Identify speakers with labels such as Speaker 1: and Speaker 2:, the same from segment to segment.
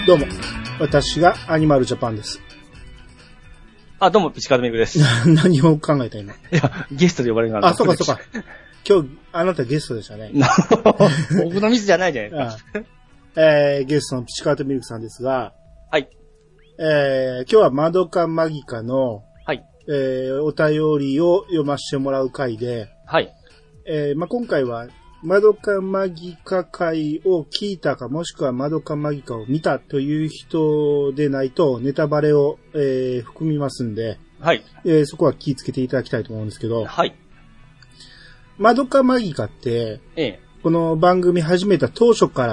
Speaker 1: どうも、私がアニマルジャパンです。
Speaker 2: あ、どうも、ピチカードミルクです。
Speaker 1: 何を考えた今。
Speaker 2: いや、ゲストで呼ばれるから。
Speaker 1: あ、そうかそうか。今日、あなたゲストでしたね。
Speaker 2: 僕のミスじゃないじゃないですか。
Speaker 1: ゲストのピチカードミルクさんですが、
Speaker 2: はい。
Speaker 1: 今日はマドカマギカの、
Speaker 2: はい。
Speaker 1: お便りを読ませてもらう回で、
Speaker 2: はい。
Speaker 1: 今回は、マドカマギカ回を聞いたか、もしくはマドカマギカを見たという人でないと、ネタバレを、含みますんで、
Speaker 2: はい。
Speaker 1: そこは気をつけていただきたいと思うんですけど、
Speaker 2: はい。
Speaker 1: マドカマギカって、この番組始めた当初から、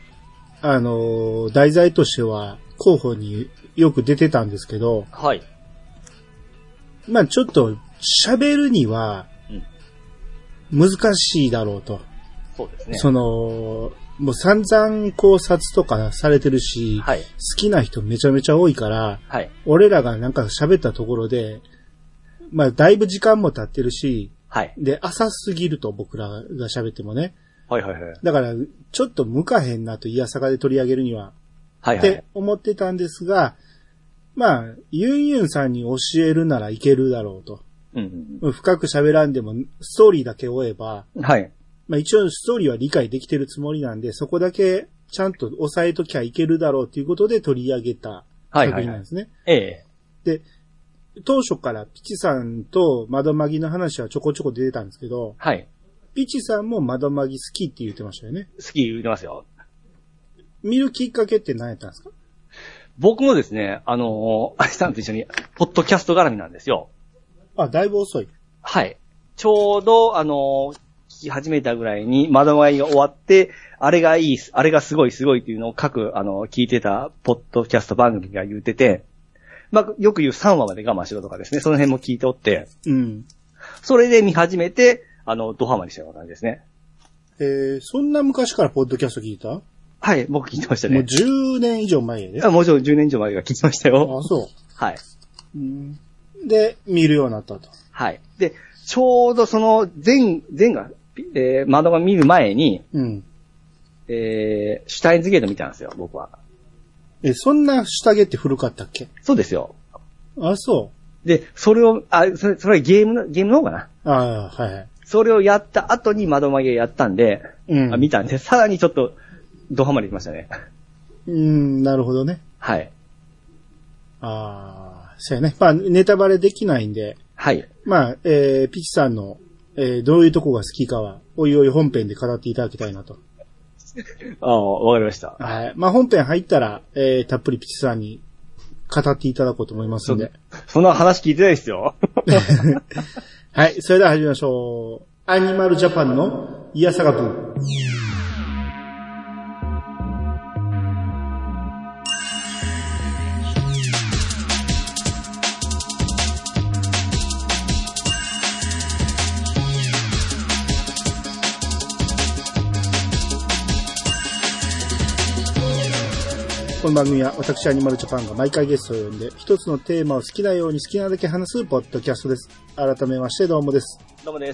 Speaker 1: 題材としては候補によく出てたんですけど、
Speaker 2: はい。
Speaker 1: まあちょっと喋るには難しいだろうと。
Speaker 2: そうですね。
Speaker 1: もう散々考察とかされてるし、
Speaker 2: はい。
Speaker 1: 好きな人めちゃめちゃ多いから、
Speaker 2: はい。
Speaker 1: 俺らがなんか喋ったところで、まあだいぶ時間も経ってるし、
Speaker 2: はい。
Speaker 1: で、浅すぎると僕らが喋ってもね。
Speaker 2: はいはいはい。
Speaker 1: だから、ちょっと向かへんなと、いやさかで取り上げるには。
Speaker 2: はいはい。
Speaker 1: って思ってたんですが、まあ、ユンユンさんに教えるならいけるだろうと。
Speaker 2: うんうん。
Speaker 1: 深く喋らんでも、ストーリーだけ追えば、
Speaker 2: はい。
Speaker 1: まあ一応ストーリーは理解できてるつもりなんで、そこだけちゃんと押さえときゃいけるだろうということで取り上げた作品なんですね。で、当初からピチさんと窓マギの話はちょこちょこ出てたんですけど、
Speaker 2: はい。ピ
Speaker 1: チさんも窓マギ好きって言ってましたよね。
Speaker 2: 好き言ってますよ。
Speaker 1: 見るきっかけって何やったんですか？
Speaker 2: 僕もですね、アリさんと一緒に、ポッドキャスト絡みなんですよ。
Speaker 1: あ、だいぶ遅い。
Speaker 2: はい。ちょうど、聞き始めたぐらいに、窓マギが終わって、あれがいい、あれがすごいすごいっていうのを各、聞いてた、ポッドキャスト番組が言ってて、まあ、よく言う3話まで我慢しろとかですね、その辺も聞いておって、
Speaker 1: うん。
Speaker 2: それで見始めて、ドハマりしたような感じですね。
Speaker 1: そんな昔からポッドキャスト聞いた？
Speaker 2: はい、僕聞いてましたね。
Speaker 1: もう10年以上前やで。
Speaker 2: もちろん10年以上前が聞いてましたよ。
Speaker 1: あ、そう。
Speaker 2: はい。
Speaker 1: で、見るようになったと。
Speaker 2: はい。で、ちょうどその前が、窓が見る前に、
Speaker 1: うん。
Speaker 2: シュタインズゲート見たんですよ、僕は。
Speaker 1: そんな下着って古かったっけ？
Speaker 2: そうですよ。
Speaker 1: あ、そう。
Speaker 2: で、それを、それはゲームの方かな。
Speaker 1: ああ、はいはい。
Speaker 2: それをやった後に窓マギがやったんで、見たんで、さらにちょっと、ドハマりしましたね。
Speaker 1: なるほどね。
Speaker 2: はい。
Speaker 1: そうやね。まあ、ネタバレできないんで。
Speaker 2: はい。
Speaker 1: まあ、ピチさんの、どういうとこが好きかは、おいおい本編で語っていただきたいなと。
Speaker 2: わかりました。
Speaker 1: はい。まあ、本編入ったら、たっぷりピチさんに語っていただこうと思いますので。
Speaker 2: そんな話聞いてないですよ。
Speaker 1: はい。それでは始めましょう。アニマルジャパンのイヤサガブー。この番組は私アニマルジャパンが毎回ゲストを呼んで一つのテーマを好きなように好きなだけ話すポッドキャストです。改めましてどうもです。
Speaker 2: どうもです。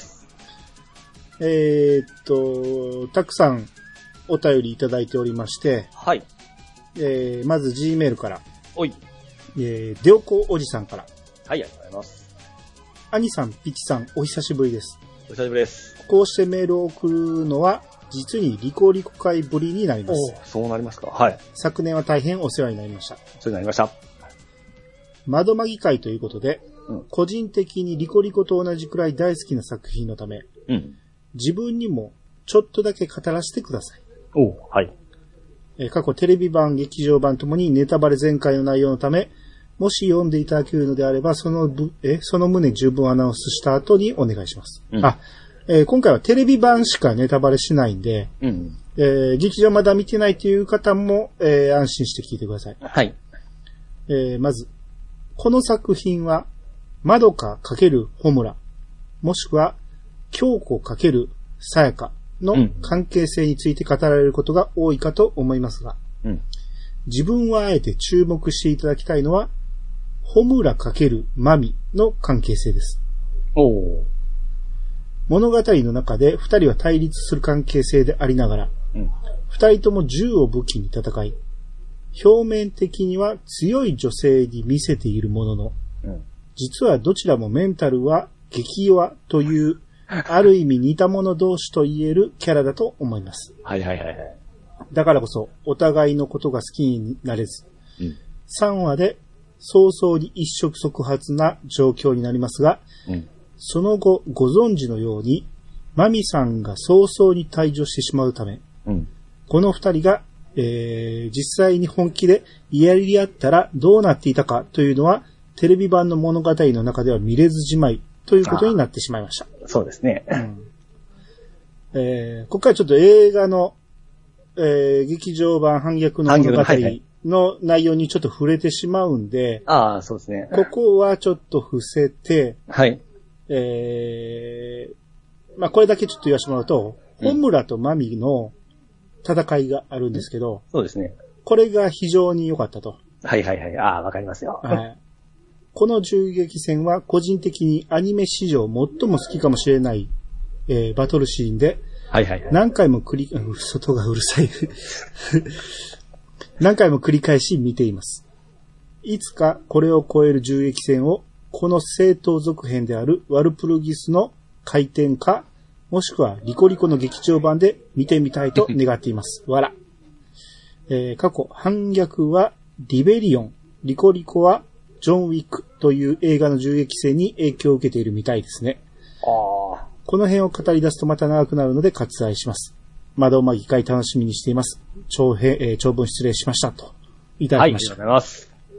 Speaker 1: たくさんお便りいただいておりまして、
Speaker 2: はい。
Speaker 1: まず G メールから、
Speaker 2: おい。
Speaker 1: デオコおじさんから、
Speaker 2: はい、ありがとうございます。
Speaker 1: アニさん、ピチさん、お久しぶりです。
Speaker 2: お久しぶりです。
Speaker 1: こうしてメールを送るのは、実にリコリコ会ぶりになります。
Speaker 2: そうなりますか。はい。
Speaker 1: 昨年は大変お世話になりました。
Speaker 2: そうなりました。
Speaker 1: 窓マギ会ということで、個人的にリコリコと同じくらい大好きな作品のため、自分にもちょっとだけ語らせてください。
Speaker 2: はい。
Speaker 1: 過去テレビ版、劇場版ともにネタバレ全開の内容のため、もし読んでいただけるのであれば、その旨十分アナウンスした後にお願いします。今回はテレビ版しかネタバレしないんで、劇場まだ見てないという方も、安心して聞いてください。
Speaker 2: はい。
Speaker 1: まず、この作品は、まどか×ホムラ、もしくは、京子×さやかの関係性について語られることが多いかと思いますが、自分はあえて注目していただきたいのは、ホムラ×マミの関係性です。物語の中で二人は対立する関係性でありながら、二人とも銃を武器に戦い、 表面的には強い女性に見せているものの、実はどちらもメンタルは激弱という、ある意味似た者同士と言えるキャラだと思います。
Speaker 2: はいはいはいはい。
Speaker 1: だからこそ、お互いのことが好きになれず、3話で早々に一触即発な状況になりますが、その後ご存知のように、マミさんが早々に退場してしまうため、この二人が、実際に本気でやり合ったらどうなっていたかというのは、テレビ版の物語の中では見れずじまいということになってしまいました。
Speaker 2: そうですね。
Speaker 1: ここからちょっと映画の、劇場版反逆の物語の内容にちょっと触れてしまうんで、
Speaker 2: ああ、そうですね。
Speaker 1: ここはちょっと伏せて、
Speaker 2: はい。
Speaker 1: まあ、これだけちょっと言わせてもらうと、本村とマミの戦いがあるんですけど、
Speaker 2: そうですね。
Speaker 1: これが非常に良かったと。
Speaker 2: はいはいはい。ああ、わかりますよ。
Speaker 1: はい。この銃撃戦は個人的にアニメ史上最も好きかもしれない、バトルシーンで、
Speaker 2: はいはいはい。
Speaker 1: 何回も外がうるさい。何回も繰り返し見ています。いつかこれを超える銃撃戦を、この正当続編であるワルプルギスの回転か、もしくはリコリコの劇場版で見てみたいと願っています。わら。過去、反逆はリベリオン、リコリコはジョン・ウィックという映画の銃撃戦に影響を受けているみたいですね。この辺を語り出すとまた長くなるので割愛します。窓まぎ会楽しみにしています。長文失礼しましたと。いただきました。
Speaker 2: はい、ありがとうご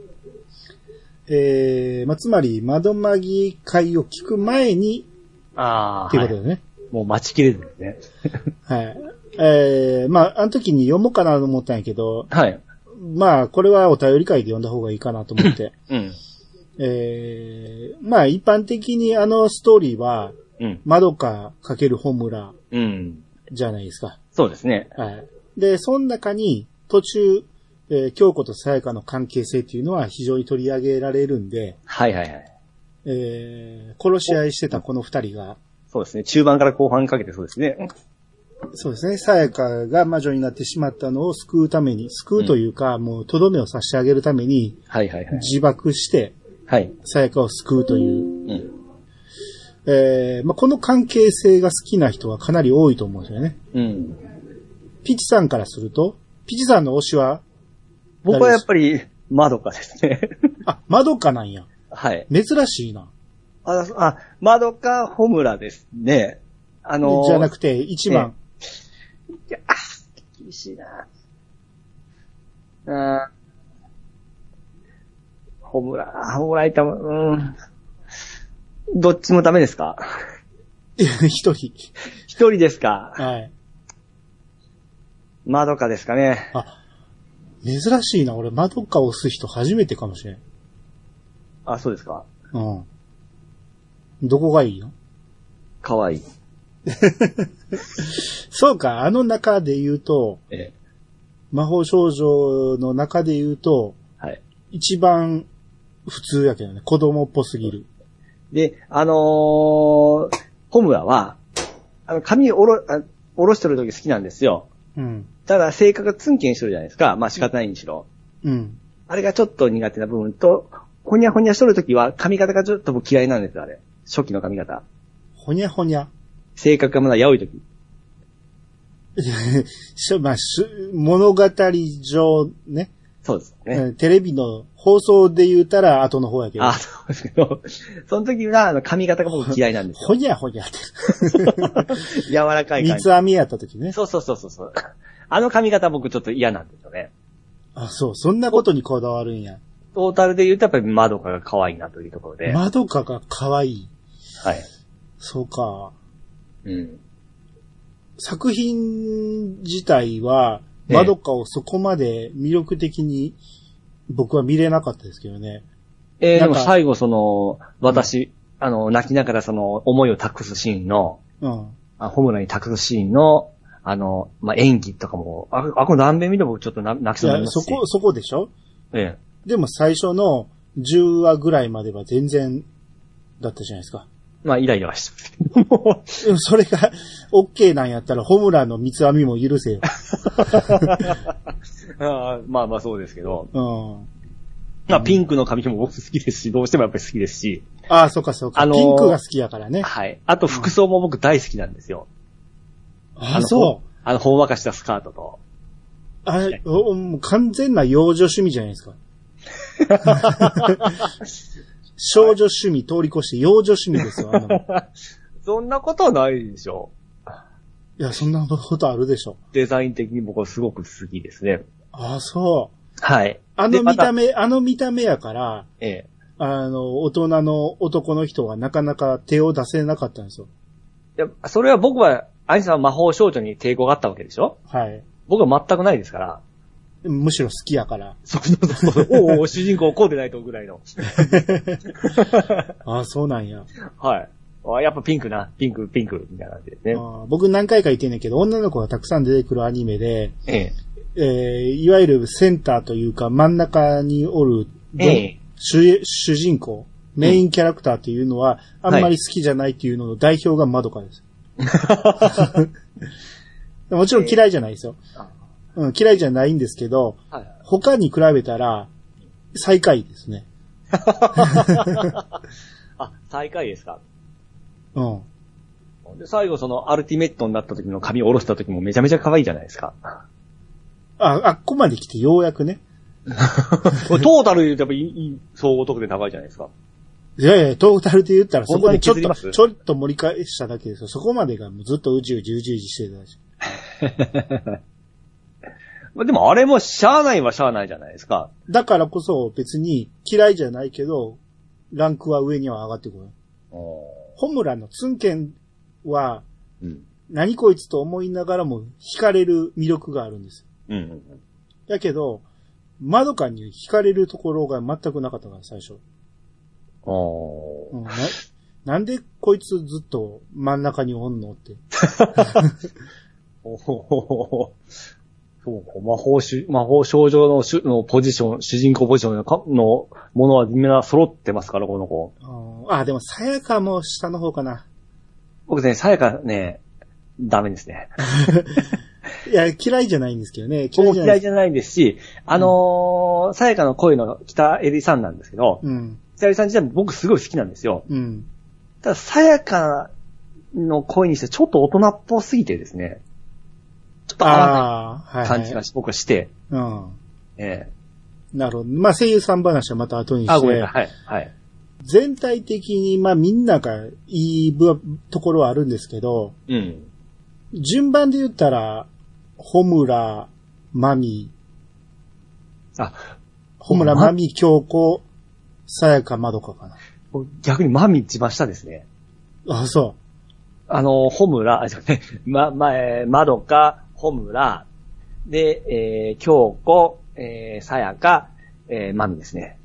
Speaker 2: ざいます。
Speaker 1: つまり、窓まぎ会を聞く前に、っていうことでね。
Speaker 2: もう待ちきれるんですね。
Speaker 1: はい。あの時に読もうかなと思ったんやけど、
Speaker 2: はい。
Speaker 1: まあ、これはお便り会で読んだ方がいいかなと思って。まあ、一般的にあのストーリーは、まどか×ホムラじゃないですか。
Speaker 2: そうですね。
Speaker 1: はい。で、その中に途中、京子とさやかの関係性っていうのは非常に取り上げられるんで、
Speaker 2: はいはいはい。
Speaker 1: 殺し合いしてたこの二人が、
Speaker 2: そうですね。中盤から後半にかけてそうですね。
Speaker 1: そうですね。さやかが魔女になってしまったのを救うために、救うというか、もうとどめを差し上げるために、
Speaker 2: はいはいはい。
Speaker 1: 自爆して、
Speaker 2: はい。
Speaker 1: さやかを救うという。この関係性が好きな人はかなり多いと思うんですよね。ピチさんからすると、ピチさんの推しは
Speaker 2: 僕はやっぱり、まどかですね。
Speaker 1: あ、まどかなんや。
Speaker 2: はい。
Speaker 1: 珍しいな。
Speaker 2: まどか、ホムラですね。じゃ
Speaker 1: なくて、1番。
Speaker 2: いや、厳しいな。ホムラいたも、どっちもダメですか？
Speaker 1: 一人。
Speaker 2: 一人ですか？
Speaker 1: はい。
Speaker 2: まどかですかね。
Speaker 1: 珍しいな。俺、まどかを押す人初めてかもしれん。
Speaker 2: あ、そうですか？
Speaker 1: どこがいいの？
Speaker 2: かわいい。
Speaker 1: そうか、あの中で言うと、魔法少女の中で言うと、
Speaker 2: はい。
Speaker 1: 一番普通やけどね、子供っぽすぎる。
Speaker 2: で、ホムラは、髪下ろしてる時好きなんですよ。ただ、性格がツンケンしてるじゃないですか。まあ仕方ないにしろ。あれがちょっと苦手な部分と、ほにゃほにゃしとる時は髪型がちょっと僕嫌いなんですよ、あれ。初期の髪型。
Speaker 1: ほにゃほにゃ
Speaker 2: 性格がまだやおい時。
Speaker 1: まあ、物語上ね。
Speaker 2: そうですね。
Speaker 1: テレビの放送で言うたら後の方やけど。
Speaker 2: そうですけど、その時は髪型が僕嫌いなんですよ。
Speaker 1: ほにゃほにゃって。
Speaker 2: 柔らかい感じ。
Speaker 1: 三つ編みやった時ね。
Speaker 2: そう。あの髪型僕ちょっと嫌なんですよね。
Speaker 1: そう。そんなことにこだわるんや。
Speaker 2: トータルで言うとやっぱりまどかが可愛いなというところで。
Speaker 1: まどかが可愛い。
Speaker 2: はい。
Speaker 1: そうか。作品自体は、まどかをそこまで魅力的に僕は見れなかったですけどね。
Speaker 2: でも最後私、泣きながら思いを託すシーンの、ホムラに託すシーンの、演技とかも、これ何遍見ても僕ちょっと泣きそうになりますし。
Speaker 1: そこでしょ？でも最初の10話ぐらいまでは全然だったじゃないですか。
Speaker 2: まあ、イライラはしてますけど。
Speaker 1: それが、OK なんやったら、ホムラの三つ編みも許せよ。
Speaker 2: まあまあそうですけど。
Speaker 1: うん。
Speaker 2: まあ、ピンクの髪も僕好きですし、どうしてもやっぱり好きですし。
Speaker 1: ああ、そうかそうか。ピンクが好きやからね。
Speaker 2: はい。あと服装も僕大好きなんですよ。
Speaker 1: そう。
Speaker 2: ほんわかしたスカートと。
Speaker 1: もう完全な幼女趣味じゃないですか。少女趣味通り越して幼女趣味ですよ、
Speaker 2: そんなことはないでしょ。
Speaker 1: いや、そんなことあるでしょ。
Speaker 2: デザイン的に僕はすごく好きですね。
Speaker 1: ああ、そう。
Speaker 2: はい。
Speaker 1: あの見た目やから、大人の男の人はなかなか手を出せなかったんですよ。
Speaker 2: いや、それは僕は、アイさんは魔法少女に抵抗があったわけでしょ？
Speaker 1: はい。
Speaker 2: 僕は全くないですから。
Speaker 1: むしろ好きやから。
Speaker 2: そう。お主人公こうでないとぐらいの。
Speaker 1: ああ、そうなんや。
Speaker 2: はい。やっぱピンク、みたいな感じですね。
Speaker 1: 僕何回か言ってんねんけど、女の子がたくさん出てくるアニメで、いわゆるセンターというか真ん中におる、主人公、メインキャラクターっていうのは、あんまり好きじゃないっていうのの代表がまどかです。もちろん嫌いじゃないですよ。嫌いじゃないんですけど、他に比べたら、最下位ですね。
Speaker 2: 最下位ですか？
Speaker 1: うん。
Speaker 2: で、最後そのアルティメットになった時の髪を下ろした時もめちゃめちゃ可愛いじゃないですか。
Speaker 1: あっこまで来てようやくね。
Speaker 2: トータルで言うとやっぱ総合得点高いじゃないですか。
Speaker 1: いや、トータルで言ったらそこでちょっと盛り返しただけですよ。そこまでがもうずっとうじうじしてたし。
Speaker 2: でもあれもしゃあないはしゃあないじゃないですか。
Speaker 1: だからこそ別に嫌いじゃないけど、ランクは上には上がってくる。ホムラのツンケンは、何こいつと思いながらも惹かれる魅力があるんです。だけど、マドカに惹かれるところが全くなかったから、最初。なんでこいつずっと真ん中におんのって。そうか、魔法少女のポジション、主人公ポジションのものはみんな揃ってますから、この子。でも、さやかも下の方かな。僕ね、さやかね、ダメですね。いや、嫌いじゃないんですけどね。嫌いじゃないんですし、さやかの声の北エリさんなんですけど、北エリさん自体も僕すごい好きなんですよ。ただ、さやかの声にしてちょっと大人っぽすぎてですね。ちょっと合わない感じが僕はして。なるほど。まあ、声優さん話はまた後にして。ごめんなさい。はい。全体的に、まあ、みんながいいところはあるんですけど、順番で言ったら、ホムラ、マミ、ホムラ、マミ、京子、さやか、まどかかな。逆にマミ一番下ですね。そう。ホムラ、まどか、ホムラ、で、京子、さやか、マミですね。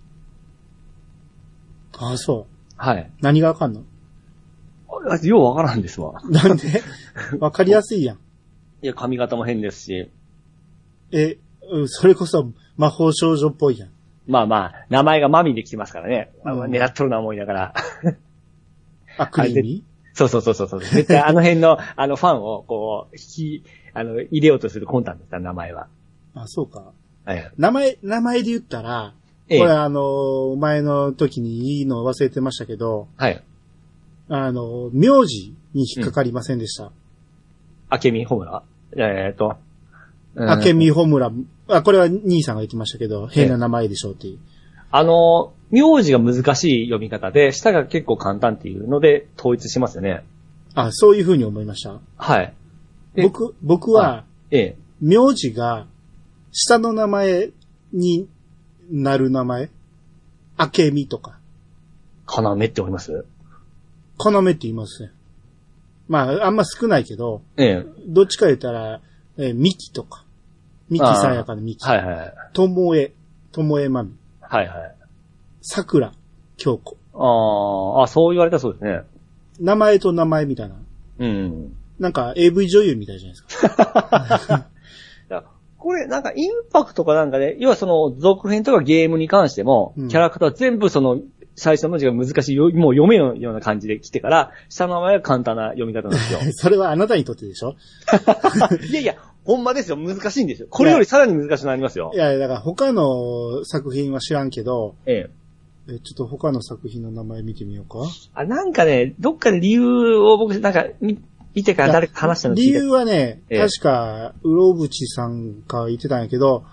Speaker 1: そう。はい。何がわかんの？ようわからんですわ。なんで？わかりやすいやん。いや、髪型も変ですし。それこそ魔法少女っぽいやん。まあまあ、名前がマミで来てますからね。狙っとるな思いながら。クリーミー？そう。絶対あの辺の、ファンを、こう、入れようとする魂胆ですから、名前は。そうか。はい。名前で言ったら、これ前の時にいいの忘れてましたけど、はい。名字に引っかかりませんでした。明美ホムラ？明美ホムラ。これは兄さんが言ってましたけど、変な名前でしょうっていう。名字が難しい読み方で、下が結構簡単っていうので統一しますよね。そういう風に思いました。はい。僕は、名字が下の名前になる名前、明美とか。要っております？要って言いますね。まあ、あんま少ないけど、どっちか言ったら、ミキとか。ミキさやかのミキ。はいはい。ともえまみ。はいはい。桜、京子。そう言われたらそうですね。名前と名前みたいな。なんか AV 女優みたいじゃないですか。これなんかインパクトかなんかで、要はその続編とかゲームに関しても、キャラクター全部その
Speaker 2: 最初の字が難しいよ、もう読めるような感じで来てから、下の名前は簡単な読み方なんですよ。
Speaker 1: それはあなたにとってでしょ
Speaker 2: いやいや、ほんまですよ。難しいんですよ。これよりさらに難しくなりますよ。
Speaker 1: いや、だから他の作品は知らんけど、ちょっと他の作品の名前見てみようか。
Speaker 2: なんかね、どっかで理由を僕、なんか、見てから誰か話したの聞いて。
Speaker 1: 理由はね、確か、うろぶちさんが言ってたんやけど、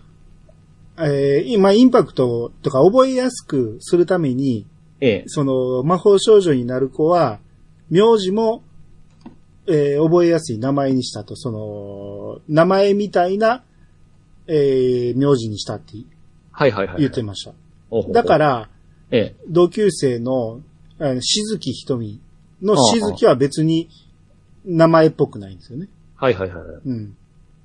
Speaker 1: 今、インパクトとか覚えやすくするために、その、魔法少女になる子は、名字も、覚えやすい名前にしたと、その、名前みたいな、名字にしたって言ってました。だから、同級生の、しずきひとみのしずきは別に名前っぽくないんですよね。うん。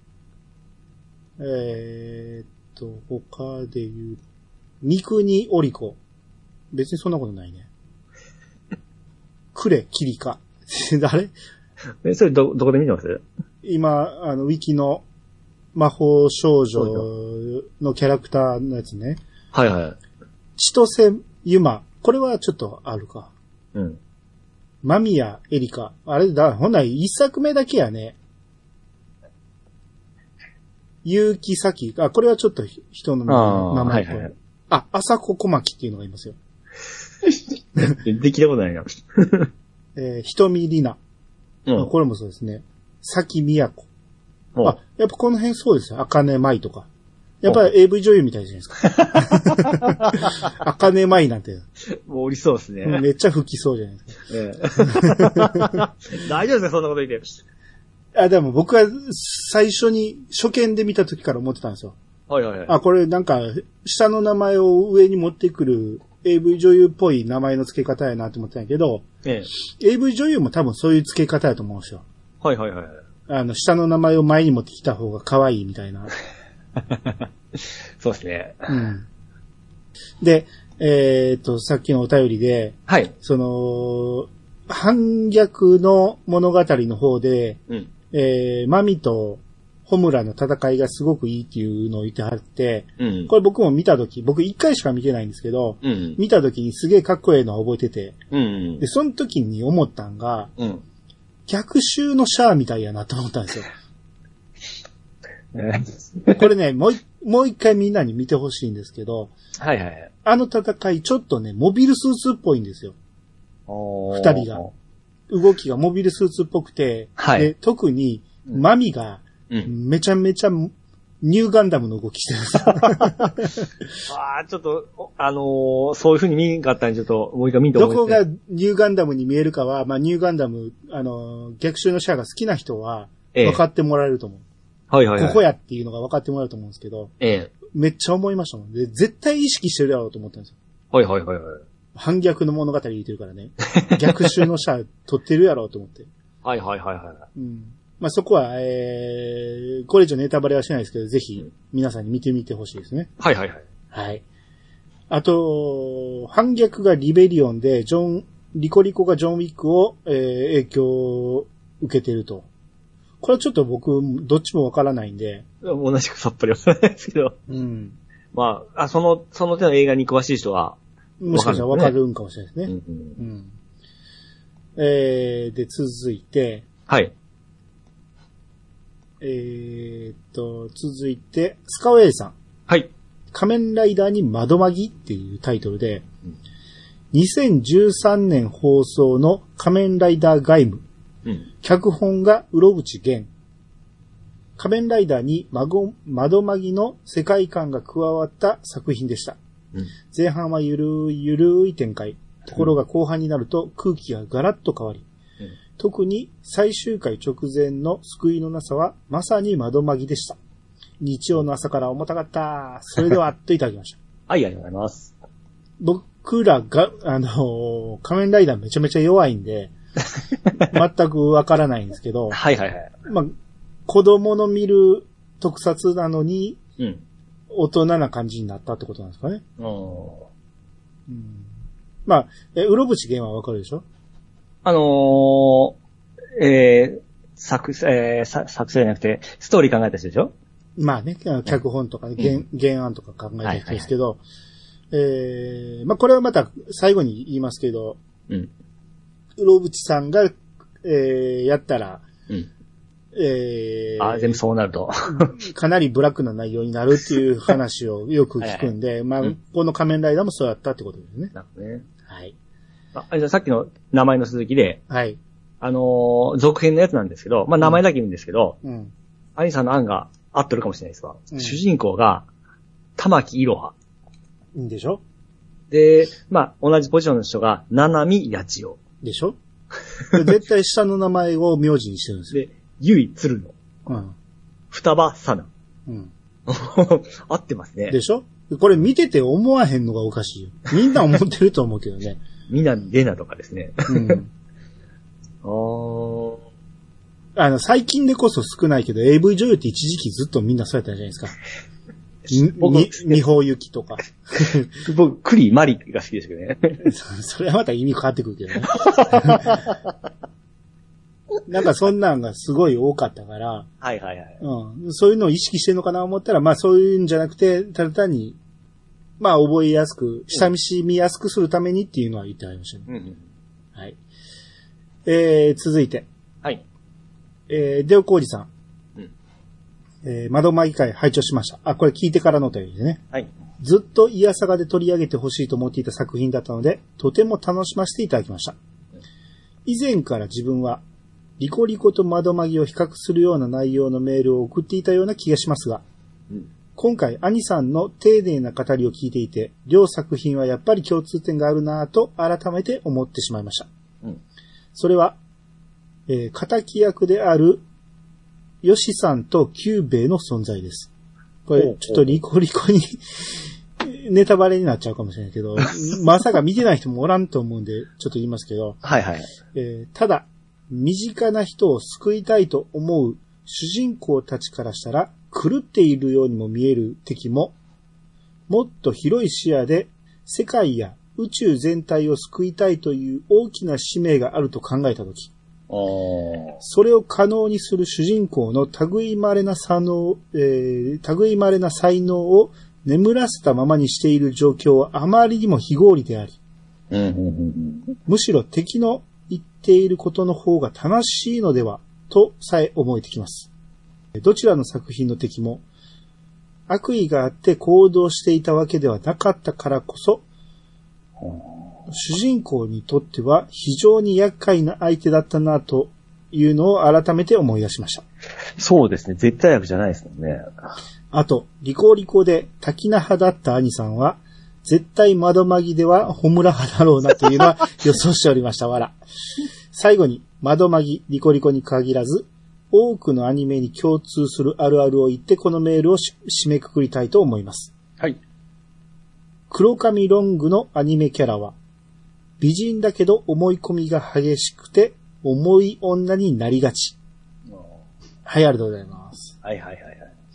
Speaker 1: 他で言う、三国おりこ。別にそんなことないね。クレキリカ。誰？
Speaker 2: それどこで見てます？
Speaker 1: 今、ウィキの魔法少女のキャラクターのやつね。千歳ゆま。これはちょっとあるか。間宮エリカ。あれだ、ほんなら一作目だけやね。結城咲。これはちょっと人の名前。朝子小牧っていうのがいますよ。
Speaker 2: できたことないな。
Speaker 1: ひとみりな。これもそうですね。咲みやこ。やっぱこの辺そうですよ。あかねまいとか。やっぱり AV 女優みたいじゃないですか。あかねまいなんて。
Speaker 2: もうおりそうですね。
Speaker 1: めっちゃ吹きそうじゃないですか。
Speaker 2: 大丈夫ですね、そんなこと言って。
Speaker 1: でも僕は最初に初見で見た時から思ってたんですよ。これなんか、下の名前を上に持ってくる AV 女優っぽい名前の付け方やなと思ってたんやけど、AV 女優も多分そういう付け方やと思うんですよ。下の名前を前に持ってきた方が可愛いみたいな。
Speaker 2: そうですね。
Speaker 1: で、さっきのお便りで、その、反逆の物語の方で、マミとホムラの戦いがすごくいいっていうのを言ってはって、これ僕も見たとき、僕一回しか見てないんですけど、見たときにすげえかっこええのを覚えてて、で、その時に思ったんが、逆襲のシャアみたいやなと思ったんですよ。これね、もう一回みんなに見てほしいんですけど、あの戦いちょっとね、モビルスーツっぽいんですよ。二人が。動きがモビルスーツっぽくて、で特にマミがめちゃめちゃニューガンダムの動きしてるんですよ。
Speaker 2: ちょっと、そういう風に見んかったんで、ちょっともう一回見て思います。
Speaker 1: どこがニューガンダムに見えるかは、ニューガンダム、逆襲のシャアが好きな人は分かってもらえると思う。ここやっていうのが分かってもらえると思うんですけど、めっちゃ思いましたもん。で、絶対意識してるやろうと思ったんですよ。反逆の物語言ってるからね。逆襲のシャア撮ってるやろうと思って。そこは、これ以上ネタバレはしないですけど、ぜひ皆さんに見てみてほしいですね。あと、反逆がリベリオンで、リコリコがジョンウィックを、影響を受けてると。これはちょっと僕、どっちもわからないんで。
Speaker 2: 同じくさっぱりわからないですけど。その手の映画に詳しい人は、
Speaker 1: もしかしたらわかるんかもしれないですね。で、続いて。続いて、スカウェイさん。仮面ライダーに窓マギっていうタイトルで、2013年放送の仮面ライダーガイム。脚本がうろぶちげん。仮面ライダーに窓マギの世界観が加わった作品でした。前半はゆるい展開。ところが後半になると空気がガラッと変わり、特に最終回直前の救いのなさはまさに窓マギでした。日曜の朝から重たかった。それでは、といただきました。
Speaker 2: ありがとうございます。
Speaker 1: 僕らが、仮面ライダーめちゃめちゃ弱いんで、全くわからないんですけど、子供の見る特撮なのに、大人な感じになったってことなんですかね。うろぶちげんはわかるでしょ？
Speaker 2: 作成じゃなくて、ストーリー考えた人でしょ？
Speaker 1: 脚本とか、原案とか考えた人ですけど、 まあ、これはまた最後に言いますけど、
Speaker 2: うん。
Speaker 1: うろぶちさんが、やったら、
Speaker 2: うん。全部そうなると。
Speaker 1: かなりブラックな内容になるっていう話をよく聞くんで、はいはい、まあ、この仮面ライダーもそうやったってことですね。
Speaker 2: なるほどね。
Speaker 1: はい。
Speaker 2: じゃあさっきの名前の続きで、
Speaker 1: はい。
Speaker 2: 続編のやつなんですけど、まあ名前だけ言うんですけど、
Speaker 1: うん。
Speaker 2: 兄さんの案が合ってるかもしれないですわ。うん、主人公が、玉木いろは。
Speaker 1: いいんでしょ？
Speaker 2: で、まあ同じポジションの人が、七海八千代。
Speaker 1: でしょ？絶対下の名前を名字にしてるんですよ。
Speaker 2: で、ゆいつるの。
Speaker 1: うん。
Speaker 2: 双葉さな。
Speaker 1: うん。
Speaker 2: 合ってますね。
Speaker 1: でしょ？これ見てて思わへんのがおかしいよ。みんな思ってると思うけどね。
Speaker 2: 南玲奈とかですね。
Speaker 1: うん。最近でこそ少ないけど、AV 女優って一時期ずっとみんなそうやったじゃないですか。二方行きとか。
Speaker 2: 僕、クリマリが好きですけどね。
Speaker 1: それはまた意味変わってくるけどね。なんかそんなんがすごい多かったから。
Speaker 2: はいはいはい。
Speaker 1: うん。そういうのを意識してるのかなと思ったら、まあそういうんじゃなくて、ただ単に、まあ覚えやすく、親しみやすくするためにっていうのは言ってありましたね。
Speaker 2: うんうん、
Speaker 1: はい。続いて。
Speaker 2: はい。
Speaker 1: デオコージさん。窓マギ会拝聴しました。これ聞いてからのお便りでね。
Speaker 2: はい。
Speaker 1: ずっとイヤサガで取り上げてほしいと思っていた作品だったので、とても楽しませていただきました。以前から自分は、リコリコと窓マギを比較するような内容のメールを送っていたような気がしますが、今回、兄さんの丁寧な語りを聞いていて、両作品はやっぱり共通点があるなぁと改めて思ってしまいました。それは、敵役であるヨシさんとキューベイの存在です。これ、ちょっとリコリコにネタバレになっちゃうかもしれないけど、まさか見てない人もおらんと思うんで、ちょっと言いますけど、
Speaker 2: はいはい。
Speaker 1: ただ、身近な人を救いたいと思う主人公たちからしたら、狂っているようにも見える敵も、もっと広い視野で世界や宇宙全体を救いたいという大きな使命があると考えたとき、それを可能にする主人公の類稀な才能を眠らせたままにしている状況はあまりにも非合理であり、むしろ敵の言っていることの方が正しいのではとさえ思えてきます。どちらの作品の敵も悪意があって行動していたわけではなかったからこそ、主人公にとっては非常に厄介な相手だったなというのを改めて思い出しました。
Speaker 2: そうですね。絶対悪じゃないですもんね。
Speaker 1: あと、リコリコで滝名派だった兄さんは、絶対窓マギではホムラ派だろうなというのは予想しておりました。わら。最後に、窓マギ、リコリコに限らず、多くのアニメに共通するあるあるを言ってこのメールを締めくくりたいと思います。
Speaker 2: はい。
Speaker 1: 黒髪ロングのアニメキャラは、美人だけど思い込みが激しくて、重い女になりがち。はい、ありがとうございます。
Speaker 2: はいはいはいはい。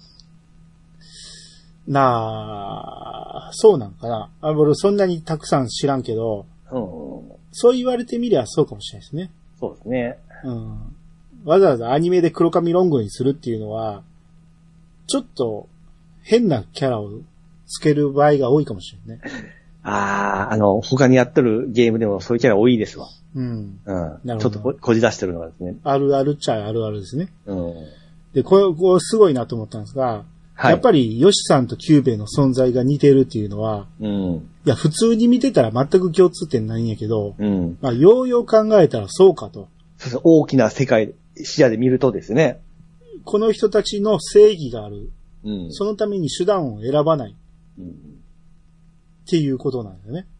Speaker 1: そうなんかな。俺そんなにたくさん知らんけど、そう言われてみりゃそうかもしれないですね。
Speaker 2: そうですね。
Speaker 1: わざわざアニメで黒髪ロングにするっていうのは、ちょっと変なキャラをつける場合が多いかもしれないね。
Speaker 2: 他にやってるゲームでもそういうキャラ多いですわ。
Speaker 1: なるほど。
Speaker 2: ちょっとこじ出してるのがですね。あ
Speaker 1: るあるっちゃあるあるですね。で、これすごいなと思ったんですが、はい、やっぱりヨシさんとキューベイの存在が似てるっていうのは、いや、普通に見てたら全く共通点ないんやけど、まあ、ようよう考えたらそうかと。
Speaker 2: そうそう、大きな世界、視野で見るとですね。
Speaker 1: この人たちの正義がある。そのために手段を選ばない。っていうことなんだよね。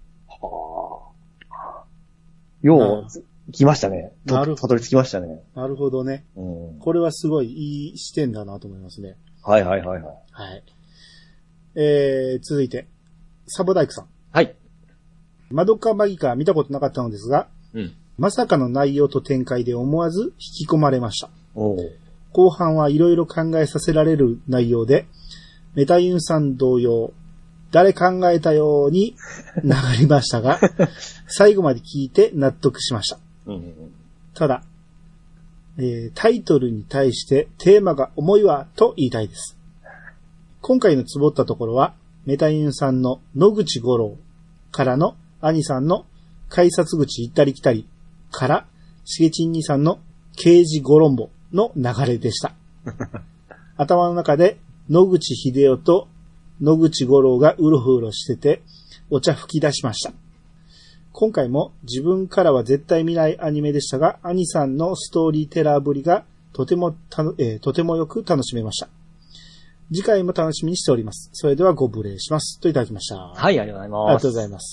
Speaker 2: よう、来ましたね。たどり着きましたね。
Speaker 1: なるほどね。これはすごいいい視点だなと思いますね。
Speaker 2: はいはいはいはい。
Speaker 1: はい。続いて、サボダイクさん。
Speaker 2: はい。
Speaker 1: マドカマギカ見たことなかったのですが、まさかの内容と展開で思わず引き込まれました。後半はいろいろ考えさせられる内容で、メタユンさん同様、誰考えたように流れましたが、最後まで聞いて納得しました。ただ、タイトルに対してテーマが重いわと言いたいです。今回のつぼったところは、 メタユンさんの野口五郎からの兄さんの改札口行ったり来たりから、しげちん兄さんの刑事ゴロンボの流れでした。頭の中で野口秀夫と野口五郎がうろうろしててお茶吹き出しました。今回も自分からは絶対見ないアニメでしたが、兄さんのストーリーテラーぶりがとてもよく楽しめました。次回も楽しみにしております。それではご無礼します。といただきました。
Speaker 2: はい、ありがとうございます。
Speaker 1: ありがとうございます。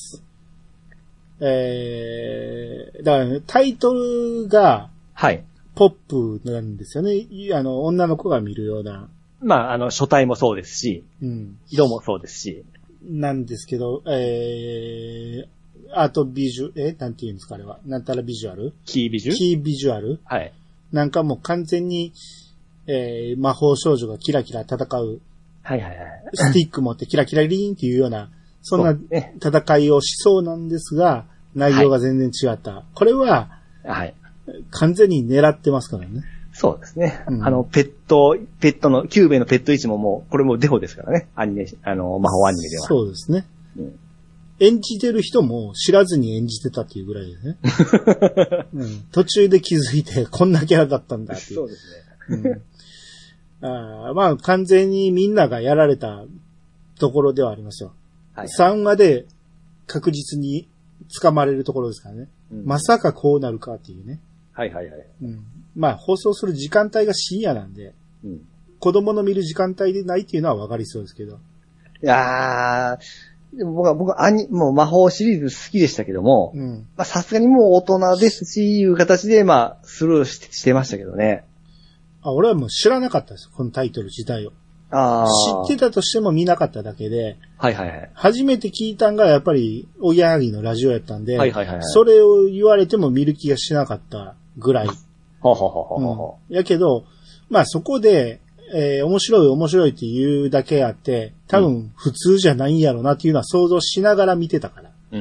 Speaker 1: だから、ね、タイトルが、
Speaker 2: はい。
Speaker 1: ポップなんですよね。女の子が見るような。
Speaker 2: まあ、書体もそうですし、
Speaker 1: うん。
Speaker 2: 色もそうですし。
Speaker 1: なんですけど、アートビジュ、なんて言うんですかあれは。なんたらビジュアル？
Speaker 2: キービジュ？
Speaker 1: キービジュアル？
Speaker 2: はい。
Speaker 1: なんかもう完全に、魔法少女がキラキラ戦う。
Speaker 2: はいはいはい。
Speaker 1: スティック持ってキラキラリーンっていうような、そんな戦いをしそうなんですが、内容が全然違った。はい、これは、
Speaker 2: はい。
Speaker 1: 完全に狙ってますからね。
Speaker 2: そうですね。
Speaker 1: うん、
Speaker 2: ペットの、キューベのペット位置ももう、これもデフォですからね。魔法アニメでは。
Speaker 1: そうですね。
Speaker 2: うん、
Speaker 1: 演じてる人も知らずに演じてたっていうぐらいですね。うん、途中で気づいて、こんなキャラだったんだっていう。
Speaker 2: そうですね。
Speaker 1: まあ、完全にみんながやられたところではありますよ。
Speaker 2: はい、
Speaker 1: 3話で確実に掴まれるところですからね。うん、まさかこうなるかっていうね。
Speaker 2: はいはいはい。
Speaker 1: うん、まあ、放送する時間帯が深夜なんで、うん、子供の見る時間帯でないっていうのは分かりそうですけど。
Speaker 2: いやー、でも僕もう魔法シリーズ好きでしたけども、うん、まあさすがにもう大人ですし、いう形でまあスルーしてましたけどね。
Speaker 1: 俺はもう知らなかったです。このタイトル自体を。知ってたとしても見なかっただけで、
Speaker 2: はいはいはい。
Speaker 1: 初めて聞いたんがやっぱり、おぎやはぎのラジオやったんで、
Speaker 2: はいはいはい、はい。
Speaker 1: それを言われても見る気がしなかったぐらい。やけど、まあそこで、面白いって言うだけあって、多分普通じゃないんやろうなっていうのは想像しながら見てたから。うん。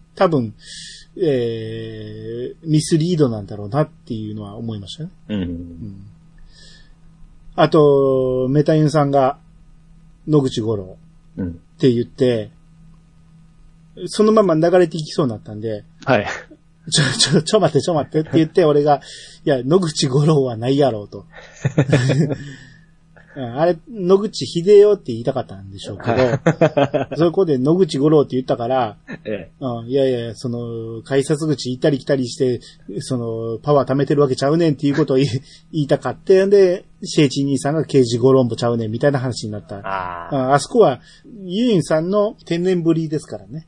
Speaker 1: 多分、ミスリードなんだろうなっていうのは思いましたね。あと、メタユンさんが、野口五郎って言って、そのまま流れていきそうになったんで、
Speaker 2: はい。
Speaker 1: ちょ待ってって言って、俺が、いや、野口五郎はないやろうと。あれ、野口秀夫って言いたかったんでしょうけど、そこで野口五郎って言ったから、いや、改札口行ったり来たりして、パワー貯めてるわけちゃうねんっていうことを言いたかって、んで、シェイチ兄さんが刑事ゴロンボちゃうねんみたいな話になった。あそこは、ユインさんの天然ぶりですからね。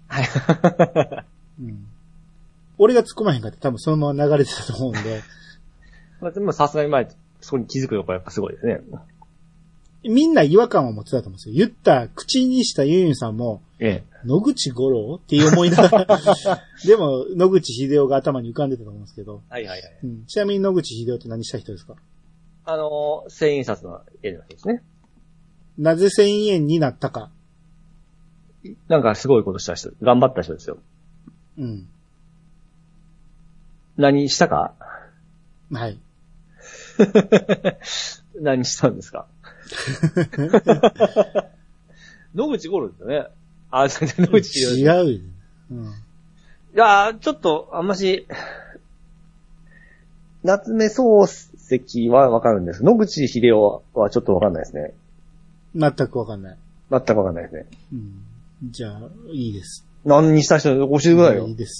Speaker 1: 俺が突っ込まへんかって多分そのまま流れてたと思うんで。
Speaker 2: でもさすがに前、そこに気づくのがやっぱすごいですね。
Speaker 1: みんな違和感を持ってたと思うんですよ。口にしたユンユンさんも、野口五郎って思いながら、でも野口秀夫が頭に浮かんでたと思うんですけど。
Speaker 2: はいはいはい。
Speaker 1: ちなみに野口秀夫って何した人ですか？
Speaker 2: 千円札の絵の人ですね。
Speaker 1: なぜ1000円になったか。
Speaker 2: なんかすごいことした人、頑張った人ですよ。
Speaker 1: うん。
Speaker 2: 何したか？
Speaker 1: はい。
Speaker 2: 何したんですか？野口五郎ですよね。野口秀夫。
Speaker 1: 違う。
Speaker 2: いやー、ちょっと、あんまし、夏目漱石はわかるんです。野口秀夫はちょっとわかんないですね。
Speaker 1: 全くわかんない。
Speaker 2: 全くわかんないですね。
Speaker 1: じゃあ、いいです。
Speaker 2: 何にした人教えてくださいよ。
Speaker 1: いいです。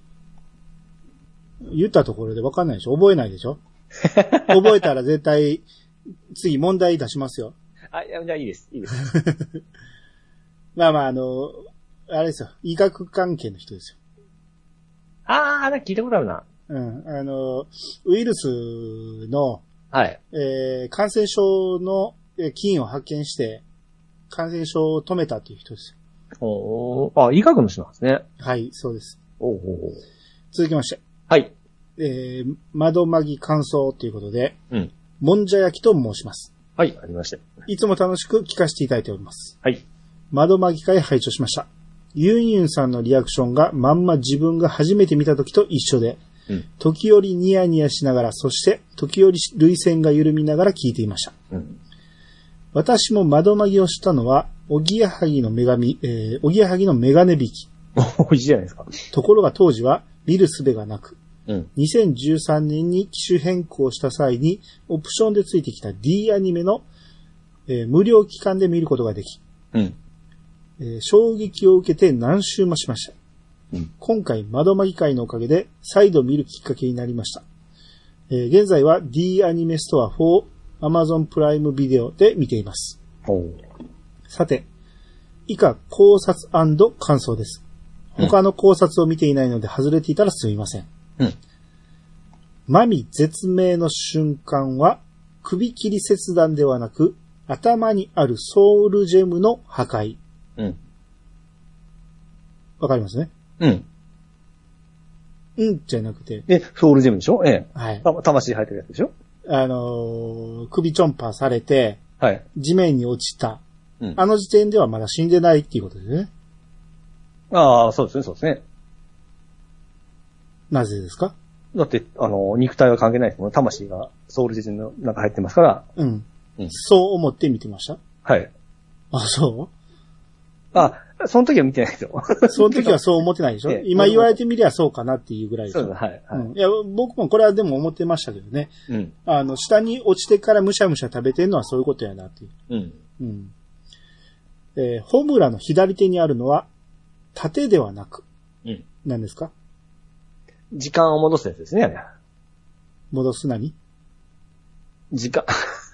Speaker 1: 言ったところでわかんないでしょ？覚えないでしょ？覚えたら絶対、次問題出しますよ。
Speaker 2: じゃあいいです。いいです。
Speaker 1: まあ、あれですよ。医学関係の人ですよ。
Speaker 2: なんか聞いたことあるな。
Speaker 1: ウイルスの、
Speaker 2: はい。
Speaker 1: 感染症の菌を発見して、感染症を止めたっていう人です
Speaker 2: よ。医学の人なんですね。
Speaker 1: はい、そうです。続きまして。
Speaker 2: はい。
Speaker 1: 窓まぎ乾燥ということで、もんじゃ焼きと申します。
Speaker 2: はい、ありました。
Speaker 1: いつも楽しく聞かせていただいております。
Speaker 2: はい。
Speaker 1: 窓まぎ会拝聴しました。ユンユンさんのリアクションがまんま自分が初めて見た時と一緒で、時折ニヤニヤしながら、そして時折涙腺が緩みながら聞いていました。私も窓まぎをしたのは、 おぎやはぎの女神、おぎやはぎのメガネ引き。
Speaker 2: おいしいじゃないですか。
Speaker 1: ところが当時は見る術がなく、
Speaker 2: うん。
Speaker 1: 2013年に機種変更した際に、オプションでついてきた D アニメの、無料期間で見ることができ、
Speaker 2: うん。
Speaker 1: 衝撃を受けて何周もしました。
Speaker 2: うん、
Speaker 1: 今回、窓マギ会のおかげで再度見るきっかけになりました。現在は D アニメストア4 Amazon プライムビデオで見ています。さて、以下考察&感想です。他の考察を見ていないので外れていたらすみません。
Speaker 2: うん。
Speaker 1: マミ絶命の瞬間は首切り切断ではなく頭にあるソウルジェムの破壊。
Speaker 2: うん。
Speaker 1: わかりますね。
Speaker 2: うん。
Speaker 1: うんじゃなくて。
Speaker 2: ソウルジェムでしょ？ええ。
Speaker 1: はい。
Speaker 2: 魂入ってるやつでしょ？
Speaker 1: 首チョンパーされて、
Speaker 2: はい。
Speaker 1: 地面に落ちた。
Speaker 2: うん。
Speaker 1: あの時点ではまだ死んでないっていうことですね。
Speaker 2: ああ、そうですね、そうですね。
Speaker 1: なぜですか？
Speaker 2: だって、肉体は関係ないですもん。魂がソウルジェムの中入ってますから。
Speaker 1: うん。うん。そう思って見てました？
Speaker 2: はい。
Speaker 1: あ、そう？
Speaker 2: その時は見てないですよ。
Speaker 1: その時はそう思ってないでしょ？今言われてみりゃそうかなっていうぐらいでしょ？
Speaker 2: そうです、はい。はい。
Speaker 1: うん。いや、僕もこれはでも思ってましたけどね。
Speaker 2: うん。
Speaker 1: 下に落ちてからむしゃむしゃ食べてるのはそういうことやなっていう。
Speaker 2: うん。
Speaker 1: うん。ホムラの左手にあるのは、盾ではなく。
Speaker 2: うん。
Speaker 1: 何ですか？
Speaker 2: 時間を戻すやつですね、あれ。
Speaker 1: 戻す何？
Speaker 2: 時間。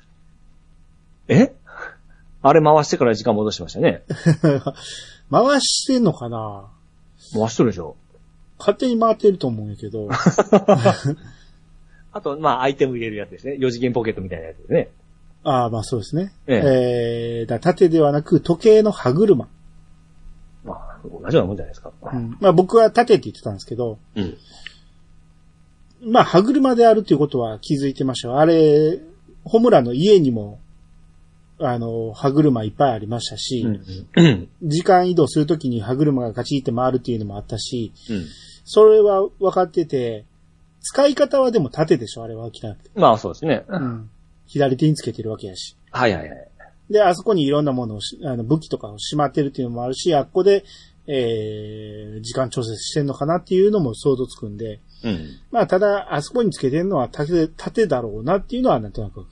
Speaker 2: あれ回してから時間戻しましたね。
Speaker 1: 回してんのかな？
Speaker 2: 回しとるでしょ。
Speaker 1: 勝手に回ってると思うんやけど。
Speaker 2: あと、アイテム入れるやつですね。4次元ポケットみたいなやつですね。
Speaker 1: ああ、まあそうですね。盾ではなく時計の歯車。
Speaker 2: 同じようなもんじゃないですか。
Speaker 1: うん、僕は盾って言ってたんですけど。
Speaker 2: うん。
Speaker 1: 歯車であるということは気づいてましたよ。あれ、ホムラの家にも、歯車いっぱいありましたし、時間移動するときに歯車がガチって回るっていうのもあったし、それは分かってて、使い方はでも盾でしょ、あれは明らかに。
Speaker 2: そうですね。
Speaker 1: 左手につけてるわけやし。
Speaker 2: はいはいはい。
Speaker 1: で、あそこにいろんなものを武器とかをしまってるっていうのもあるし、あっこで、時間調節してんのかなっていうのも想像つくんで、ただ、あそこにつけてるのは盾だろうなっていうのはなんとなく。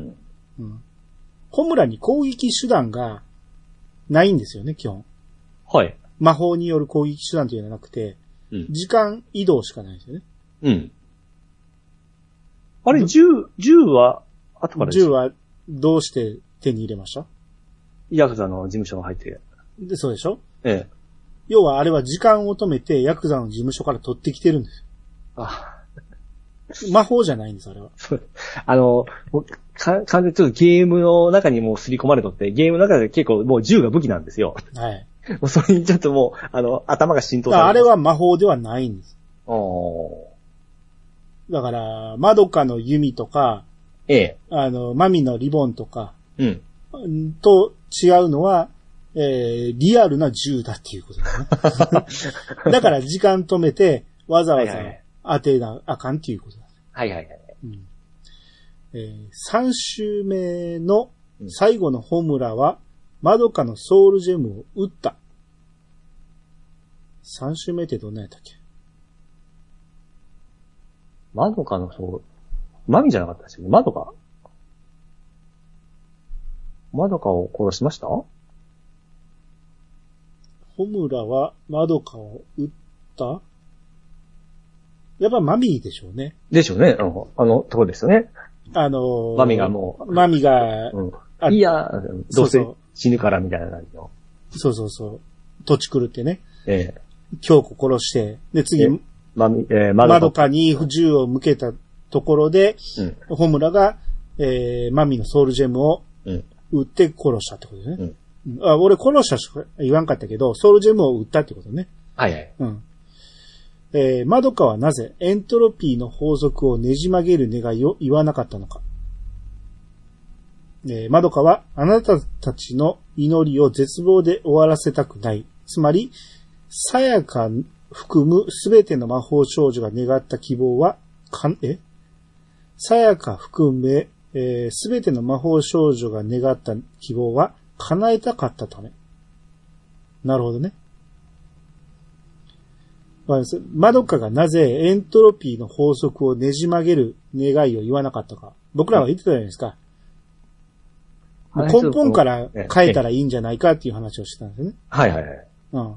Speaker 1: ホムラに攻撃手段がないんですよね、基本。
Speaker 2: はい。
Speaker 1: 魔法による攻撃手段というのはなくて、時間移動しかないんですよね。あれ、
Speaker 2: 銃は後から
Speaker 1: 銃はどうして手に入れました？
Speaker 2: ヤクザの事務所が入ってる。
Speaker 1: で、そうでしょ？
Speaker 2: ええ。
Speaker 1: 要はあれは時間を止めてヤクザの事務所から取ってきてるんですよ。魔法じゃないんです、あれは。
Speaker 2: 完全にちょっとゲームの中にもう刷り込まれとって、ゲームの中で結構もう銃が武器なんですよ。
Speaker 1: はい。
Speaker 2: もうそれにちょっともう、頭が浸透されて。
Speaker 1: あれは魔法ではないんです。だから、マドカの弓とか、マミのリボンとか、と違うのは、リアルな銃だっていうことだね。だから時間止めて、わざわざ当てなあかんっていうことだ。
Speaker 2: はいはいはい。
Speaker 1: 3周目の最後のホムラは、マドカのソウルジェムを撃った。3周目ってどんなやったっけ？
Speaker 2: マドカのソウル、マミじゃなかったですよね。マドカを殺しました？
Speaker 1: ホムラはマドカを撃った？やっぱマミでしょうね。
Speaker 2: でしょうね。とこですよね。マミがもう。
Speaker 1: マミが、
Speaker 2: いや、どうせ死ぬからみたいな感じの。
Speaker 1: そう。土地狂ってね。京子殺して、で次、マドカに銃を向けたところで、ホムラが、マミのソウルジェムを撃って殺したってことね。俺殺したしか言わんかったけど、ソウルジェムを撃ったってことね。
Speaker 2: はいはい。
Speaker 1: マドカはなぜエントロピーの法則をねじ曲げる願いを言わなかったのか。マドカはあなたたちの祈りを絶望で終わらせたくない。つまり、さやか含むすべての魔法少女が願った希望は、さやか含め、すべての魔法少女が願った希望は叶えたかったため。なるほどね。まどかがなぜエントロピーの法則をねじ曲げる願いを言わなかったか。僕らは言ってたじゃないですか。根本から変えたらいいんじゃないかっていう話をしてたんですよね。
Speaker 2: はいはいはい。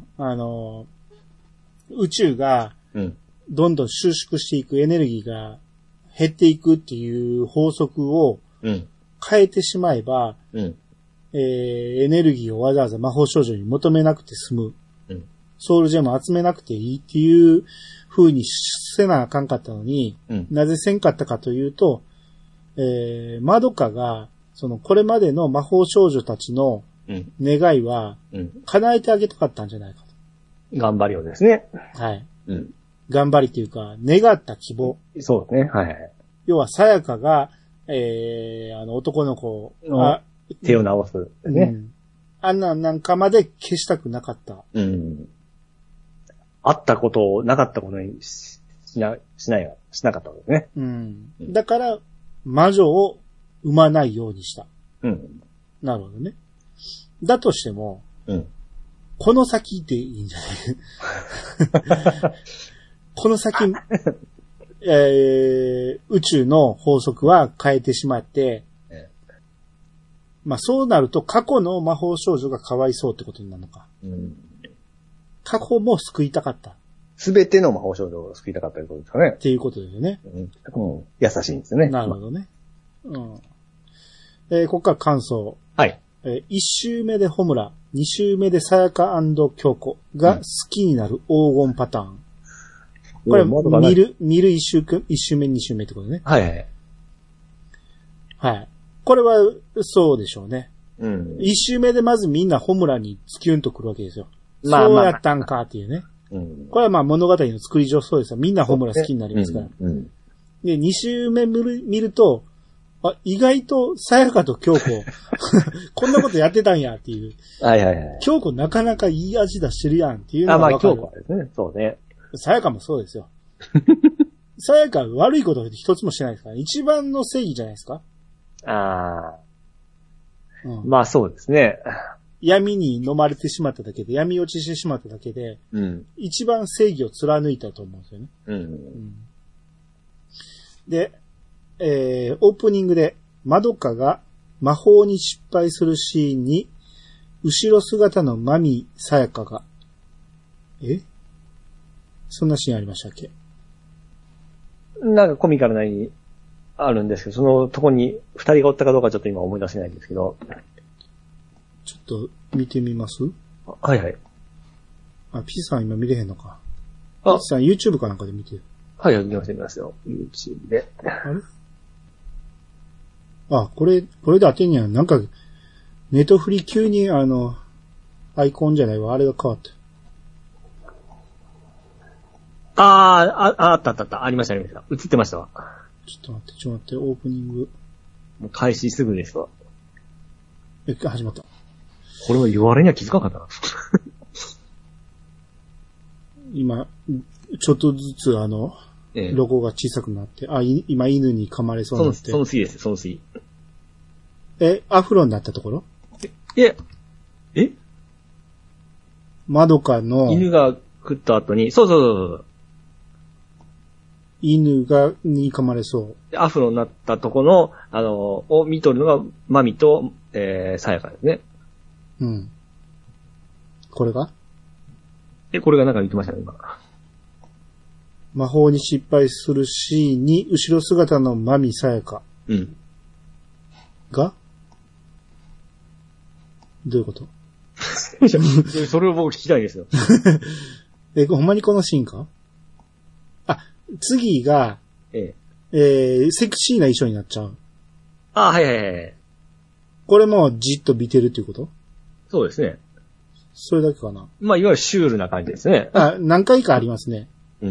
Speaker 1: 宇宙が、どんどん収縮していくエネルギーが減っていくっていう法則を変えてしまえば、エネルギーをわざわざ魔法少女に求めなくて済む。ソウルジェム集めなくていいっていう風にせなあかんかったのに、なぜせんかったかというと、まどかが、これまでの魔法少女たちの願いは、叶えてあげたかったんじゃないかと。
Speaker 2: 頑張りをですね。
Speaker 1: はい。頑張りというか、願った希望。
Speaker 2: そうですね。はい。
Speaker 1: 要は、さやかが、男の子が、
Speaker 2: 手を直す、ね。
Speaker 1: あんなんかまで消したくなかった。
Speaker 2: あったことをなかったことにしなかったわけです
Speaker 1: ね。だから、魔女を生まないようにした。なるほどね。だとしても、この先でいいんじゃないこの先、宇宙の法則は変えてしまって、まあそうなると過去の魔法少女がかわいそうってことになるのか。過去も救いたかった。
Speaker 2: すべての魔法少女を救いたかったということですかね。
Speaker 1: っていうことですよね。
Speaker 2: 優しいんですよね。
Speaker 1: なるほどね。ここから感想。
Speaker 2: はい。
Speaker 1: 1周目でホムラ、2周目でさやか&京子が好きになる黄金パターン。これ、見る1周目、2周目ってことね。
Speaker 2: はい。
Speaker 1: はい。これは、そうでしょうね。1周目でまずみんなホムラにズキュンと来るわけですよ。そうやったんかっていうね。これはまあ物語の作り上そうですよ。みんなホムラ好きになりますから。で、2周目見ると、意外と、さやかと京子、こんなことやってたんやっていう。京子なかなかいい味出してるやんっていうのが分かる。
Speaker 2: 京子はですね。そうね。
Speaker 1: さやかもそうですよ。さやかは悪いこと一つもしてないですから、一番の正義じゃないですか。
Speaker 2: まあそうですね。
Speaker 1: 闇に飲まれてしまっただけで、闇落ちしてしまっただけで、一番正義を貫いたと思うんですよね。で、オープニングで、まどかが魔法に失敗するシーンに、後ろ姿のマミさやかが、そんなシーンありましたっけ？
Speaker 2: なんかコミカルなにあるんですけど、そのとこに二人がおったかどうかちょっと今思い出せないんですけど。
Speaker 1: ちょっと見てみます？
Speaker 2: はいはい。
Speaker 1: P さん今見れへんのか。P さん YouTube かなんかで見てる。
Speaker 2: はい、見ますよ。YouTube で。
Speaker 1: あれ？これで当てんやん。なんか、ネトフリ急にアイコンじゃないわ。あれが変わった。
Speaker 2: あった。ありました。映ってましたわ。
Speaker 1: ちょっと待って、オープニング。
Speaker 2: もう開始すぐですわ。
Speaker 1: 始まった。
Speaker 2: これは言われには気づかなかったな。
Speaker 1: 今、ちょっとずつロゴが小さくなって、今犬に噛まれそうになって。
Speaker 2: その次です、その次。
Speaker 1: アフロになったところ？まどかの。
Speaker 2: 犬が食った後に、そう。
Speaker 1: 犬に噛まれそう。
Speaker 2: アフロになったとこの、を見とるのが、マミと、さやかですね。
Speaker 1: これが？
Speaker 2: これがなんか言ってましたね、今。
Speaker 1: 魔法に失敗するシーンに、後ろ姿のマミさやか。が？どういうこと？
Speaker 2: それを僕聞きたいですよ。
Speaker 1: ほんまにこのシーンか？次が、セクシーな衣装になっちゃう。
Speaker 2: はい。
Speaker 1: これもじっと見てるっていうこと？
Speaker 2: そうですね。
Speaker 1: それだけかな。
Speaker 2: まあ、いわゆるシュールな感じですね。
Speaker 1: 何回かありますね。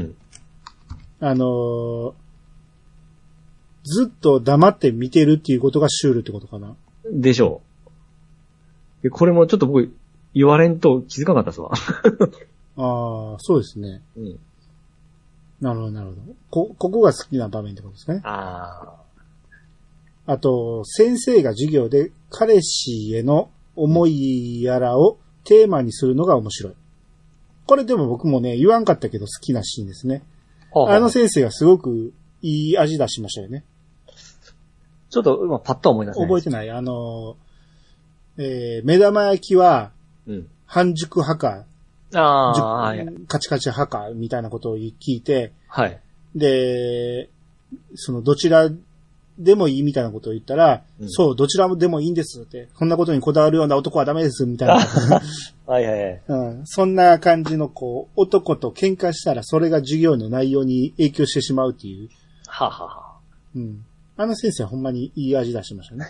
Speaker 1: ずっと黙って見てるっていうことがシュールってことかな。
Speaker 2: でしょう。これもちょっと僕、言われんと気づかなかったっすわ。
Speaker 1: そうですね。なるほど。ここが好きな場面ってことですね。あと、先生が授業で彼氏への思いやらをテーマにするのが面白い。これでも僕もね、言わんかったけど好きなシーンですね。あの先生がすごくいい味出しましたよね。
Speaker 2: ちょっと、今パッと思い出せない。
Speaker 1: 覚えてない。目玉焼きは、半熟派か、
Speaker 2: はい、
Speaker 1: カチカチ派か、みたいなことを聞いて、
Speaker 2: はい。
Speaker 1: で、どちらでもいいみたいなことを言ったら、そう、どちらでもいいんですって、こんなことにこだわるような男はダメです、みたいな。
Speaker 2: はいはいはい。
Speaker 1: そんな感じの、男と喧嘩したら、それが授業の内容に影響してしまうっていう。
Speaker 2: ははは。
Speaker 1: あの先生はほんまにいい味出しましたね。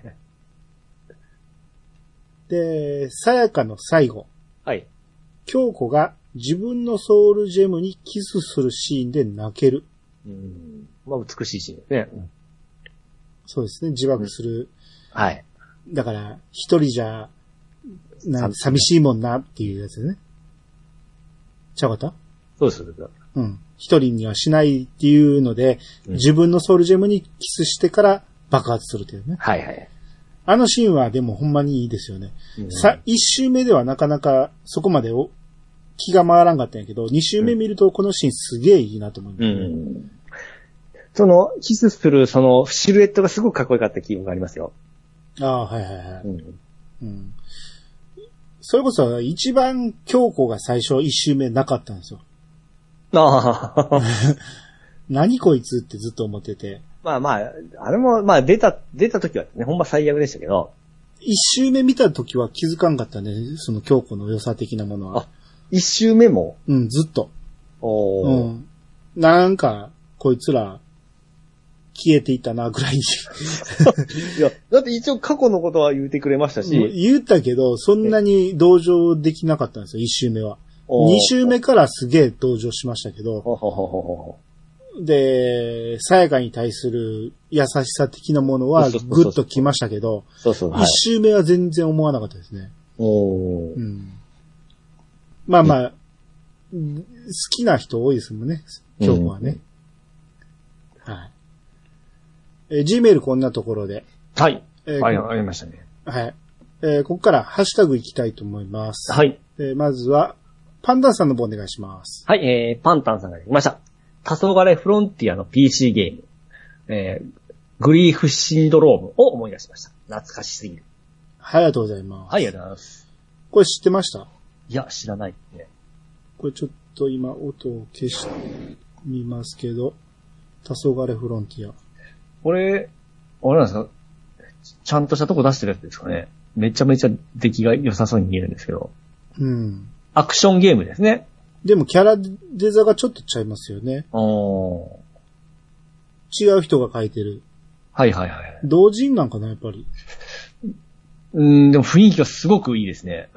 Speaker 1: で、さやかの最後。
Speaker 2: はい。
Speaker 1: 京子が自分のソウルジェムにキスするシーンで泣ける。
Speaker 2: まあ美しいシーンですね。
Speaker 1: そうですね、自爆する。
Speaker 2: はい。
Speaker 1: だから、一人じゃ、寂しいもんなっていうやつね。ちゃうかった？
Speaker 2: そうです。
Speaker 1: 一人にはしないっていうので、自分のソウルジェムにキスしてから爆発するっていうね。
Speaker 2: はいはい。
Speaker 1: あのシーンはでもほんまにいいですよね。一周目ではなかなかそこまで気が回らんかったんやけど、二周目見るとこのシーンすげえいいなと思う、
Speaker 2: キスするシルエットがすごくかっこよかった記憶がありますよ。
Speaker 1: はいはいはい。それこそ一番京子が最初一周目なかったんですよ。何こいつってずっと思ってて。
Speaker 2: あれも、出た時はね、ほんま最悪でしたけど。
Speaker 1: 一周目見た時は気づかんかったね、その京子の良さ的なものは。
Speaker 2: 一周目も
Speaker 1: ずっと。なんか、こいつら、消えていったな、ぐらいに。
Speaker 2: いや、だって一応過去のことは言うてくれましたし。
Speaker 1: 言ったけど、そんなに同情できなかったんですよ、一周目は。二周目からすげえ同情しましたけど。で、さやかに対する優しさ的なものはぐっときましたけど、一周目は全然思わなかったですね。まあまあ、好きな人多いですもんね、京子はね。はい。Gmail こんなところで。
Speaker 2: はい。ありましたね。
Speaker 1: はい。ここからハッシュタグいきたいと思います。
Speaker 2: はい。
Speaker 1: まずは、パンダンさんの方お願いします。
Speaker 2: はい、パンタンさんが来ました。黄昏フロンティアの PC ゲーム、グリーフシンドロームを思い出しました。懐かしすぎる。
Speaker 1: はい、ありがとうございます。
Speaker 2: はい、ありがとうございます。
Speaker 1: これ知ってました？
Speaker 2: いや、知らないね。
Speaker 1: これちょっと今音を消してみますけど、黄昏フロンティア。
Speaker 2: これ、あれなんですか？ちゃんとしたとこ出してるやつですかね。めちゃめちゃ出来が良さそうに見えるんですけど。アクションゲームですね。
Speaker 1: でもキャラデザがちょっとちゃいますよね。違う人が描いてる。
Speaker 2: はいはいはい。
Speaker 1: 同人なんかな、やっぱり。
Speaker 2: でも雰囲気がすごくいいですね。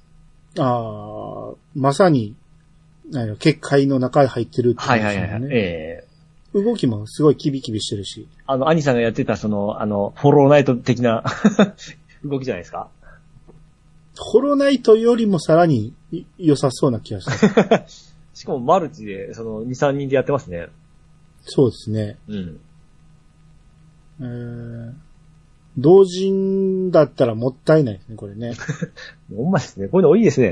Speaker 1: まさに、結界の中に入ってるってことですよね。
Speaker 2: はいはいはい。
Speaker 1: 動きもすごいキビキビしてるし。
Speaker 2: 兄さんがやってたフォローナイト的な動きじゃないですか。
Speaker 1: フォローナイトよりもさらに良さそうな気がする。
Speaker 2: しかもマルチで、2、3人でやってますね。
Speaker 1: そうですね。同人だったらもったいないですね、これね。
Speaker 2: ほんまですね。こういうの多いですね。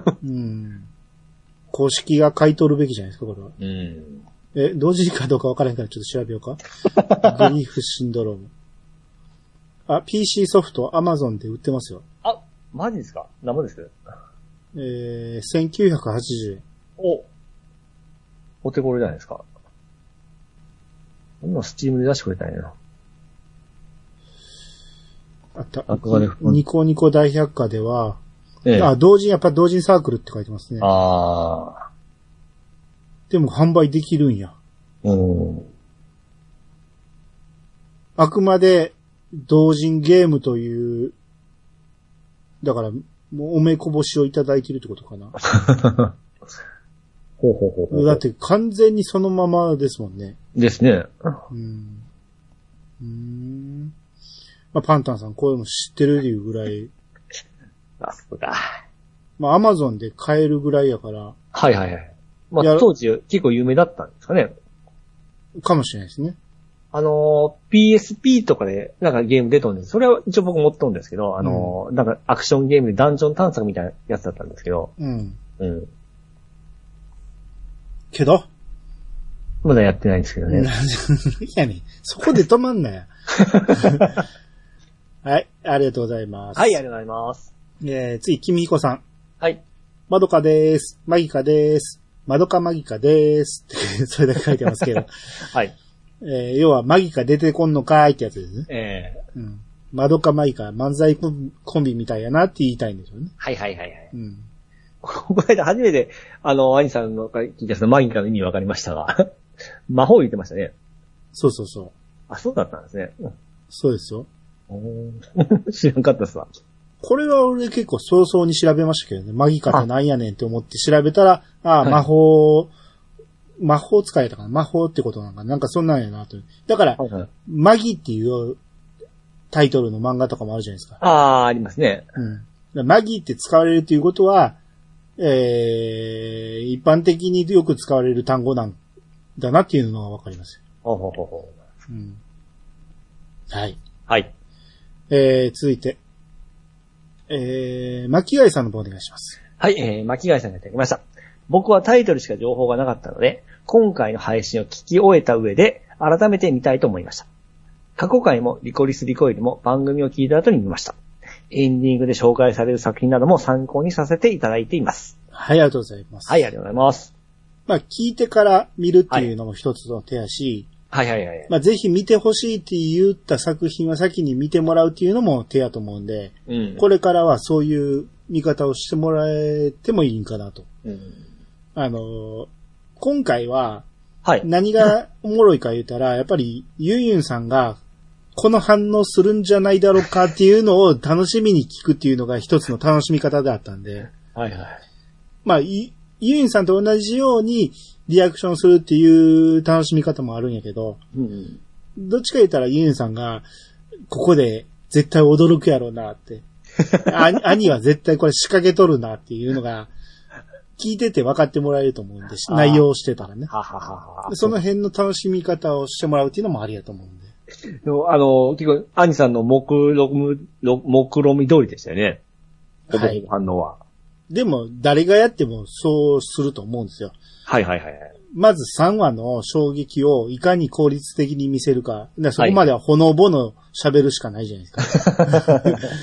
Speaker 1: 公式が買い取るべきじゃないですか、これは。同人かどうか分からへんからちょっと調べようか。グリーフシンドローム。PC ソフト Amazon で売ってますよ。
Speaker 2: マジですか？生です？
Speaker 1: 1980円。
Speaker 2: お手頃じゃないですか。こんなスチームで出してくれたんやな。
Speaker 1: あった。ニコニコ大百科では、やっぱ同人サークルって書いてますね。でも販売できるんや。あくまで同人ゲームという、だから、もうおめこぼしをいただいてるってことかな。だって完全にそのままですもんね。
Speaker 2: ですね。
Speaker 1: パンタンさんこういうの知ってるっていうぐらい。
Speaker 2: そうだ。
Speaker 1: アマゾンで買えるぐらいやから。
Speaker 2: はいはいはい。当時結構有名だったんですかね。
Speaker 1: かもしれないですね。
Speaker 3: PSP とかでなんかゲーム出とんです。それは一応僕持っとんですけど、なんかアクションゲームでダンジョン探索みたいなやつだったんですけど。うん。うん。
Speaker 1: けど
Speaker 3: まだやってないんですけどね。い
Speaker 1: やね、そこで止まんなよ。はい、ありがとうございます。
Speaker 3: はい、ありがとうございます。
Speaker 1: 次、君彦さん。
Speaker 3: はい。
Speaker 1: まどかでーす。マギカでーす。まどかマギカでーす。ってそれだけ書いてますけど。
Speaker 3: はい。
Speaker 1: 要はマギカ出てこんのかーいってやつですね。うん。まどかマギカ漫才コンビみたいやなって言いたいんでしょうね。
Speaker 3: はいはいはいはい。うん。この間初めて、兄さんの聞いたマギカの意味わかりましたが。魔法言ってましたね。
Speaker 1: そうそうそう。
Speaker 3: あ、そうだったんですね。
Speaker 1: そうですよ。
Speaker 3: 知らんかったっすわ。
Speaker 1: これは俺結構早々に調べましたけどね。マギカってなんやねんって思って調べたら、はい、魔法使えたかな魔法ってことなんか、なんかそんなんやなと。だから、はいはい、マギっていうタイトルの漫画とかもあるじゃないですか。
Speaker 3: ありますね。
Speaker 1: うん。マギって使われるということは、一般的によく使われる単語なんだなっていうのがわかります。うん。はい。
Speaker 3: はい。
Speaker 1: 続いて、巻貝さんの方お願いします。
Speaker 3: はい、巻貝さんがいただきました。僕はタイトルしか情報がなかったので、今回の配信を聞き終えた上で、改めて見たいと思いました。過去回もリコリスリコイルも番組を聞いた後に見ました。エンディングで紹介される作品なども参考にさせていただいています。
Speaker 1: はい、ありがとうございます。
Speaker 3: はい、ありがとうございます。
Speaker 1: まあ、聞いてから見るっていうのも一つの手やし、
Speaker 3: はいはいはい。
Speaker 1: まあ、ぜひ見てほしいって言った作品は先に見てもらうっていうのも手やと思うんで、うん、これからはそういう見方をしてもらえてもいいんかなと。うん、今回は、何がおもろいか言うたら、やっぱりユンユンさんがこの反応するんじゃないだろうかっていうのを楽しみに聞くっていうのが一つの楽しみ方であったんで、
Speaker 3: はいはい。
Speaker 1: まあ、ユンさんと同じようにリアクションするっていう楽しみ方もあるんやけど、うん、どっちか言ったらユンさんがここで絶対驚くやろうなって兄は絶対これ仕掛けとるなっていうのが聞いてて分かってもらえると思うんで、内容をしてたらね。その辺の楽しみ方をしてもらうっていうのもありだと思うんで。
Speaker 3: 結構兄さんの目論見通りでしたよね。はい。反応は。
Speaker 1: でも、誰がやってもそうすると思うんですよ。
Speaker 3: はいはいはい。
Speaker 1: まず3話の衝撃をいかに効率的に見せるか。そこまではほのぼの喋るしかないじゃないですか。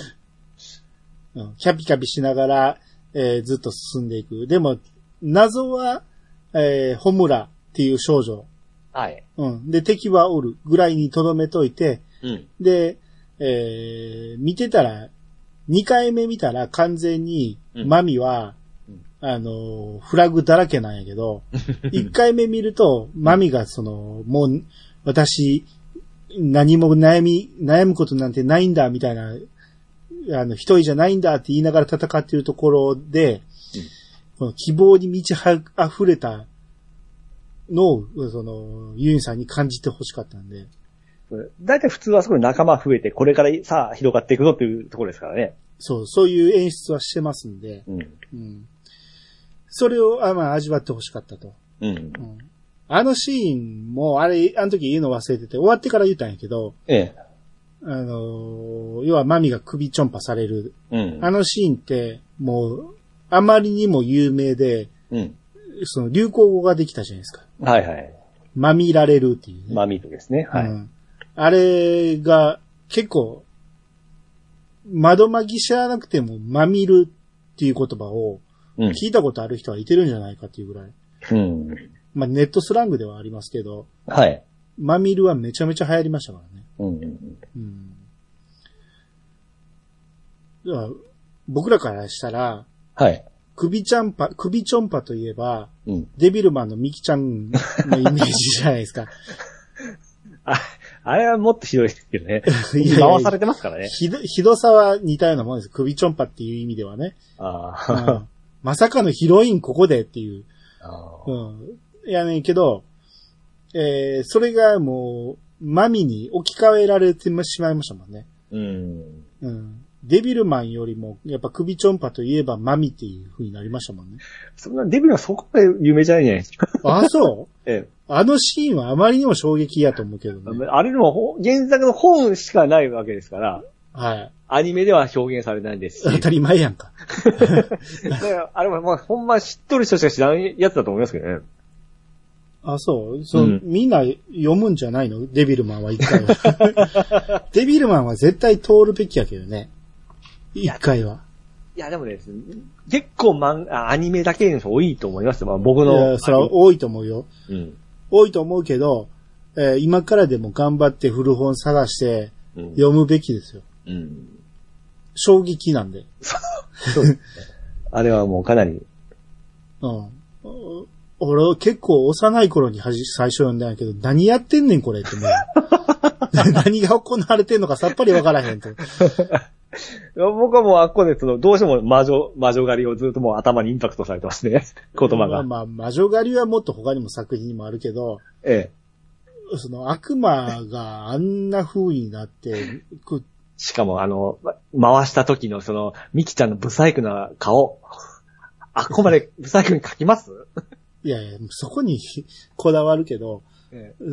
Speaker 1: キャピキャピしながら、ずっと進んでいく。でも、謎は、ホムラっていう少女。
Speaker 3: はい。
Speaker 1: うん。で、敵はおるぐらいに留めといて、うん、で、見てたら、2回目見たら完全に、マミは、フラグだらけなんやけど、1回目見ると、マミがもう、私、何も悩むことなんてないんだ、みたいな、一人じゃないんだって言いながら戦っているところで、この希望に満ち溢れたのを、ユンさんに感じて欲しかったんで。
Speaker 3: だいたい普通はそこで仲間増えて、これからさあ広がっていくぞっていうところですからね。
Speaker 1: そういう演出はしてますんで、うん、それを味わって欲しかったと、うん。あのシーンも、あの時言うの忘れてて、終わってから言ったんやけど、要はマミが首ちょんぱされる、うん。あのシーンって、もう、あまりにも有名で、うん、流行語ができたじゃないですか。
Speaker 3: はいはい。
Speaker 1: マミられるっていう、ね。
Speaker 3: マミとですね。はい。うん、
Speaker 1: あれが、結構、窓まぎ知らなくても、マミるっていう言葉を、聞いたことある人はいてるんじゃないかっていうぐらい。うん。まあ、ネットスラングではありますけど、
Speaker 3: はい。
Speaker 1: マミるはめちゃめちゃ流行りましたからね。うん。だから僕らからしたら、
Speaker 3: はい。
Speaker 1: 首ちょんぱといえば、うん、デビルマンのミキちゃんのイメージじゃないですか。
Speaker 3: あれはもっとひどいですけどね。回されてますからね。
Speaker 1: ひどさは似たようなもんです。首ちょんぱっていう意味ではね。まさかのヒロインここでっていう。いやねんけど、それがもう、マミに置き換えられてしまいましたもんね。 デビルマンよりも、やっぱ首ちょんぱといえばマミっていう風になりましたもんね。
Speaker 3: そんなデビルはそこまで有名じゃないんじゃないですか。
Speaker 1: あ、そう
Speaker 3: ええ。
Speaker 1: あのシーンはあまりにも衝撃やと思うけどね。
Speaker 3: あれでも原作の本しかないわけですから、
Speaker 1: はい。
Speaker 3: アニメでは表現されないんですし。
Speaker 1: 当たり前やんか。
Speaker 3: だからあれはまあほんま知っとる人しか知らんやつだと思いますけどね。
Speaker 1: あ、そう。みんな読むんじゃないのデビルマンは一回は。デビルマンは絶対通るべきやけどね。一回は。
Speaker 3: いや、でもね、結構アニメだけの人多いと思いますよ。まあ、僕の。
Speaker 1: いや、それは多いと思うよ。
Speaker 3: うん。
Speaker 1: 多いと思うけど、今からでも頑張って古本探して読むべきですよ。
Speaker 3: うん。
Speaker 1: 衝撃なんで。
Speaker 3: そうですね。あれはもうかなり。
Speaker 1: うん。俺結構幼い頃に最初読んだんやけど、何やってんねんこれってもう。何が行われてんのかさっぱりわからへんと。
Speaker 3: 僕はもうあっこでどうしても魔女狩りをずっともう頭にインパクトされてますね。言葉が。
Speaker 1: まあ、魔女狩りはもっと他にも作品にもあるけど、
Speaker 3: ええ。
Speaker 1: その悪魔があんな風になって、
Speaker 3: しかも回した時のミキちゃんのブサイクな顔。あっこまでブサイクに描きます？
Speaker 1: いやいや、そこにこだわるけど、
Speaker 3: ええ、
Speaker 1: うん。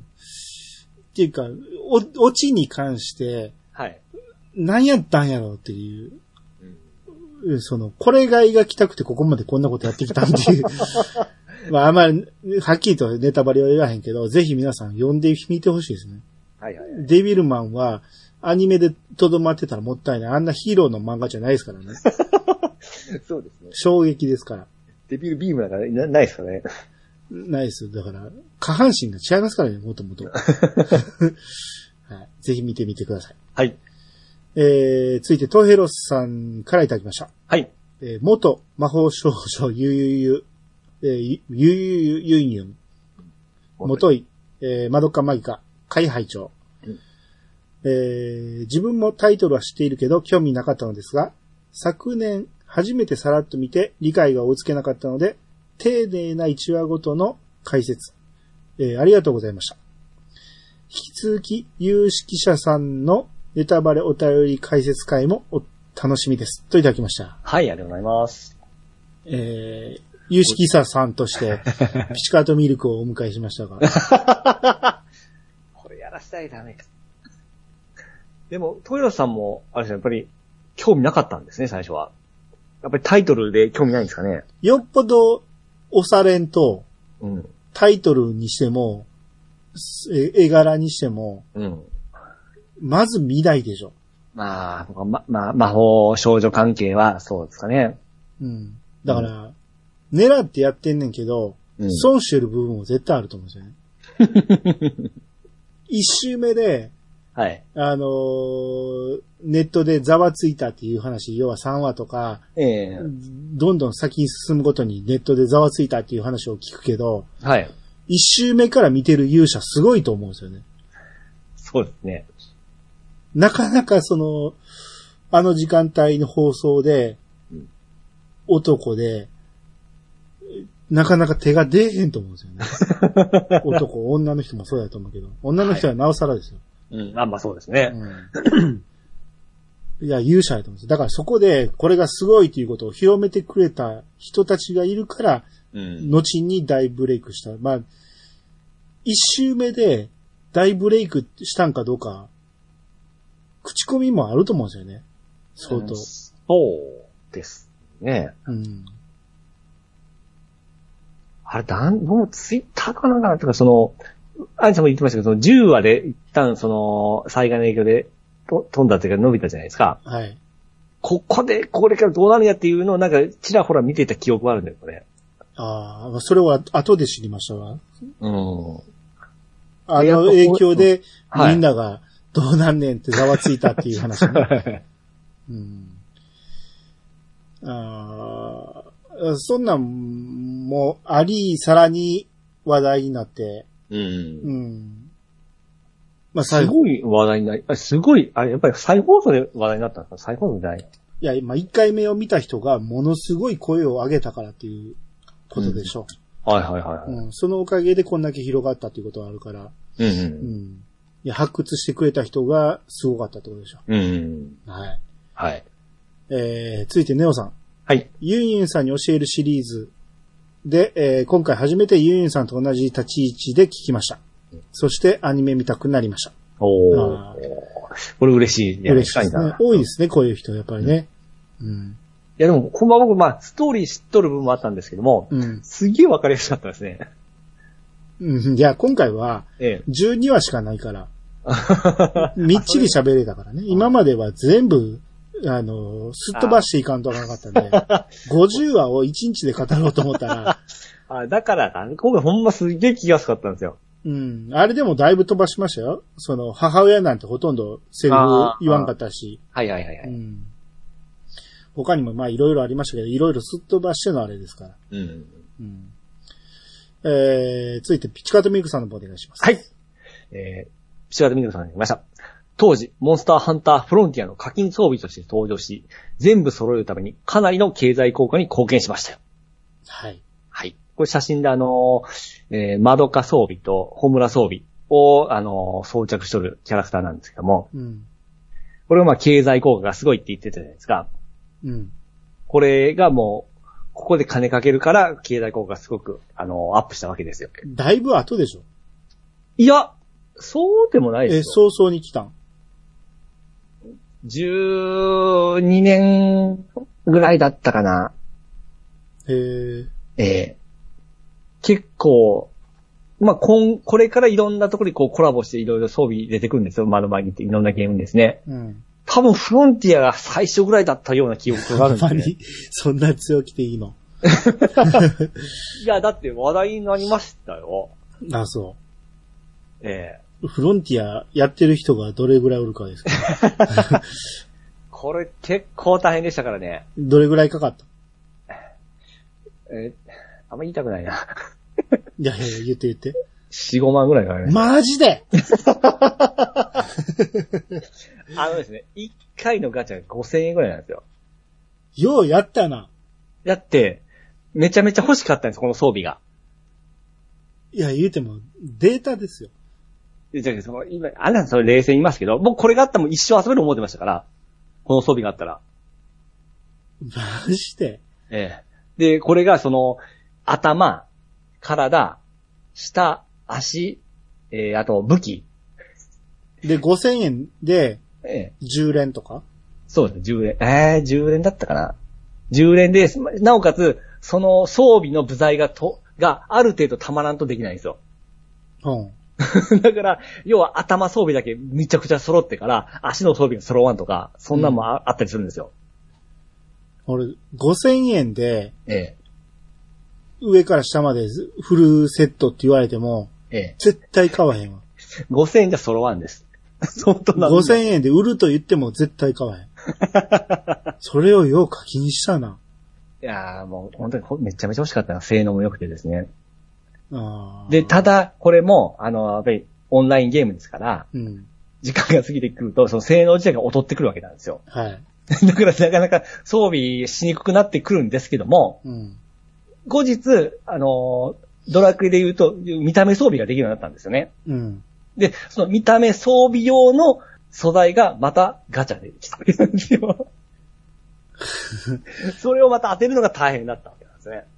Speaker 1: っていうか、オチに関して、
Speaker 3: はい。何
Speaker 1: やったんやろうっていう、これが描きたくてここまでこんなことやってきたっていう。まあ、あんまり、はっきりとネタバレは言わへんけど、ぜひ皆さん読んでみてほしいですね。
Speaker 3: はいはい、はい。
Speaker 1: デビルマンは、アニメでとどまってたらもったいない。あんなヒーローの漫画じゃないですからね。
Speaker 3: そうですね。
Speaker 1: 衝撃ですから。
Speaker 3: デビルビームなんかないですかね。
Speaker 1: ないです。だから、下半身が違いますからね、もともと。はい。ぜひ見てみてください。
Speaker 3: はい。
Speaker 1: 続いて、トヘロスさんからいただきました。
Speaker 3: はい。
Speaker 1: 元魔法少女ゆいにゅん。元い、まどかマギカ、会拝長。自分もタイトルは知っているけど興味なかったのですが、昨年初めてさらっと見て理解が追いつけなかったので、丁寧な1話ごとの解説、ありがとうございました。引き続き、有識者さんのネタバレお便り解説会も楽しみです。といただきました。
Speaker 3: はい、ありがとうございます。
Speaker 1: 有識者さんとして、ピチカートミルクをお迎えしましたが。
Speaker 3: これやらせたいダメです。でも、トイロさんも、あれですね、やっぱり、興味なかったんですね、最初は。やっぱりタイトルで興味ないんですかね。
Speaker 1: よっぽど押されんと、
Speaker 3: うん、
Speaker 1: タイトルにしても、絵柄にしても、
Speaker 3: うん、
Speaker 1: まず見ないでしょ。
Speaker 3: まあ、魔法少女関係はそうですかね。
Speaker 1: うん。だから、狙ってやってんねんけど、損してる部分も絶対あると思うんですよね。一周目で、
Speaker 3: はい。
Speaker 1: ネットでざわついたっていう話、要は3話とか、どんどん先に進むごとにネットでざわついたっていう話を聞くけど、
Speaker 3: はい。
Speaker 1: 一周目から見てる勇者すごいと思うんですよね。
Speaker 3: そうですね。
Speaker 1: なかなかあの時間帯の放送で、男で、なかなか手が出えへんと思うんですよね。男、女の人もそうだと思うけど、女の人はなおさらですよ。
Speaker 3: はい、まあそうですね。
Speaker 1: いや、勇者やと思うんです。だからそこで、これがすごいということを広めてくれた人たちがいるから、後に大ブレイクした。まあ、一周目で大ブレイクしたんかどうか、口コミもあると思うんですよね。相当。
Speaker 3: そうですね。あれ、もうツイッターかなんかなとか、アンさんも言ってましたけど、10話で一旦災害の影響で飛んだというか伸びたじゃないですか。
Speaker 1: はい。
Speaker 3: これからどうなるんやっていうのをなんかちらほら見てた記憶があるんだよ、これ。
Speaker 1: ああ、それは後で知りましたわ。
Speaker 3: あ
Speaker 1: の影響でみんながどうなんねんってざわついたっていう話ね。そんなんもあり、さらに話題になって、
Speaker 3: まあ、すごい話題になり、すごい、やっぱり再放送で話題になったんですか？再放送じゃない？
Speaker 1: いや、まあ、1回目を見た人がものすごい声を上げたからっていうことでしょ。
Speaker 3: はい。
Speaker 1: そのおかげでこんだけ広がったっていうことはあるから。いや、発掘してくれた人がすごかったってことでしょ。はい。
Speaker 3: はい。
Speaker 1: 続いてネオさん。
Speaker 3: はい。
Speaker 1: ユンユンさんに教えるシリーズで、今回初めてユンユンさんと同じ立ち位置で聞きました。そしてアニメ見たくなりました。
Speaker 3: おー。これ嬉しいね。
Speaker 1: 嬉しいですね。多いですね、こういう人、やっぱりね。うん。
Speaker 3: いやでも、ほんま僕、ストーリー知っとる部分もあったんですけども、すげえわかりやすかったですね。
Speaker 1: うん。いや、今回は、12話しかないから、みっちり喋れたからね。今までは全部、すっ飛ばしていかんとあかなかったんで、50話を1日で語ろうと思ったら。
Speaker 3: だから、今回ほんますげえ聞きやすかったんですよ。
Speaker 1: うん。あれでもだいぶ飛ばしましたよ。母親なんてほとんどセリフ言わんかったし。
Speaker 3: はい。
Speaker 1: うん。他にもいろいろありましたけど、いろいろすっ飛ばしてのあれですから。うん。続いて、ピチカートミルクさんの方お願いします。
Speaker 3: はい。ピチカートミルクさんに来ました。当時、モンスターハンターフロンティアの課金装備として登場し、全部揃えるためにかなりの経済効果に貢献しましたよ。
Speaker 1: はい。
Speaker 3: はい。これ写真でマドカ装備とホムラ装備を、装着しとるキャラクターなんですけども、これは経済効果がすごいって言ってたじゃないですか。これがもう、ここで金かけるから経済効果がすごく、アップしたわけですよ。
Speaker 1: だいぶ後でしょ？
Speaker 3: いや、そうでもないです
Speaker 1: よ。早々に来たん
Speaker 3: ？12年ぐらいだったかな。結構、これからいろんなところにコラボしていろいろ装備出てくるんですよ。窓前にっていろんなゲームにですね。多分フロンティアが最初ぐらいだったような記憶があるんですね。
Speaker 1: そんな強気でいいの？
Speaker 3: いや、だって話題になりましたよ。
Speaker 1: あ、そう。フロンティアやってる人がどれぐらいおるかですか？
Speaker 3: これ結構大変でしたからね。
Speaker 1: どれぐらいかかった？
Speaker 3: あんま言いたくないな。
Speaker 1: いや、言って。
Speaker 3: 4、5万ぐらいかかりました。
Speaker 1: マジで
Speaker 3: ですね、1回のガチャが5000円ぐらいなんですよ。
Speaker 1: ようやったな。
Speaker 3: だって、めちゃめちゃ欲しかったんです、この装備が。
Speaker 1: いや、言うても、データですよ。
Speaker 3: じゃあ、今、それ冷静に言いますけど、僕これがあったらもう一生遊べる思ってましたから。この装備があったら。
Speaker 1: マジで？
Speaker 3: で、これが頭、体、下、足、あと武器。
Speaker 1: で、5000円で、10連とか？
Speaker 3: そうです、10連。10連だったかな。10連で、なおかつ、その装備の部材がある程度たまらんとできないんですよ。だから、要は頭装備だけめちゃくちゃ揃ってから、足の装備が揃わんとか、そんなんもあったりするんですよ。
Speaker 1: 俺、5000円で、上から下までフルセットって言われても、絶対買わへんわ。
Speaker 3: 5000円じゃ揃わんです。
Speaker 1: 相当な。5000円で売ると言っても絶対買わへん。それをよう課金したな。
Speaker 3: いやーもう本当にめちゃめちゃ欲しかったな。性能も良くてですね。で、ただ、これも、やっぱりオンラインゲームですから、時間が過ぎてくると、その性能自体が劣ってくるわけなんですよ。
Speaker 1: はい。
Speaker 3: だからなかなか装備しにくくなってくるんですけども、後日、ドラクエで言うと、見た目装備ができるようになったんですよね。で、その見た目装備用の素材がまたガチャで来たんですよ。それをまた当てるのが大変だったわけなんですね。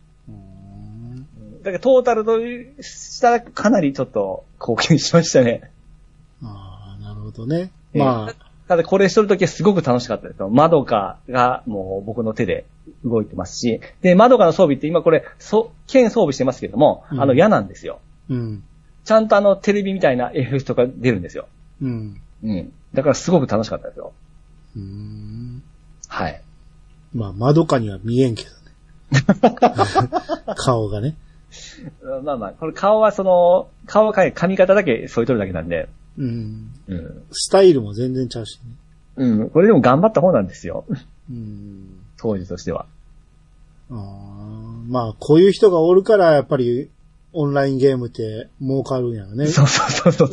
Speaker 3: だからトータルとしたらかなりちょっと貢献しましたね。
Speaker 1: なるほどね。
Speaker 3: ただこれしとるときはすごく楽しかったですよ。マドカがもう僕の手で動いてますし、で、マドカの装備って今これ、剣装備してますけども、矢なんですよ。ちゃんとテレビみたいなエフェクトが出るんですよ。だからすごく楽しかったですよ。はい。
Speaker 1: マドカには見えんけどね。顔がね。
Speaker 3: これ顔は髪型だけ添い取るだけなんで。
Speaker 1: スタイルも全然ちゃうし
Speaker 3: ね。これでも頑張った方なんですよ。当時としては。
Speaker 1: こういう人がおるから、やっぱり、オンラインゲームって儲かるんやろね。
Speaker 3: そう。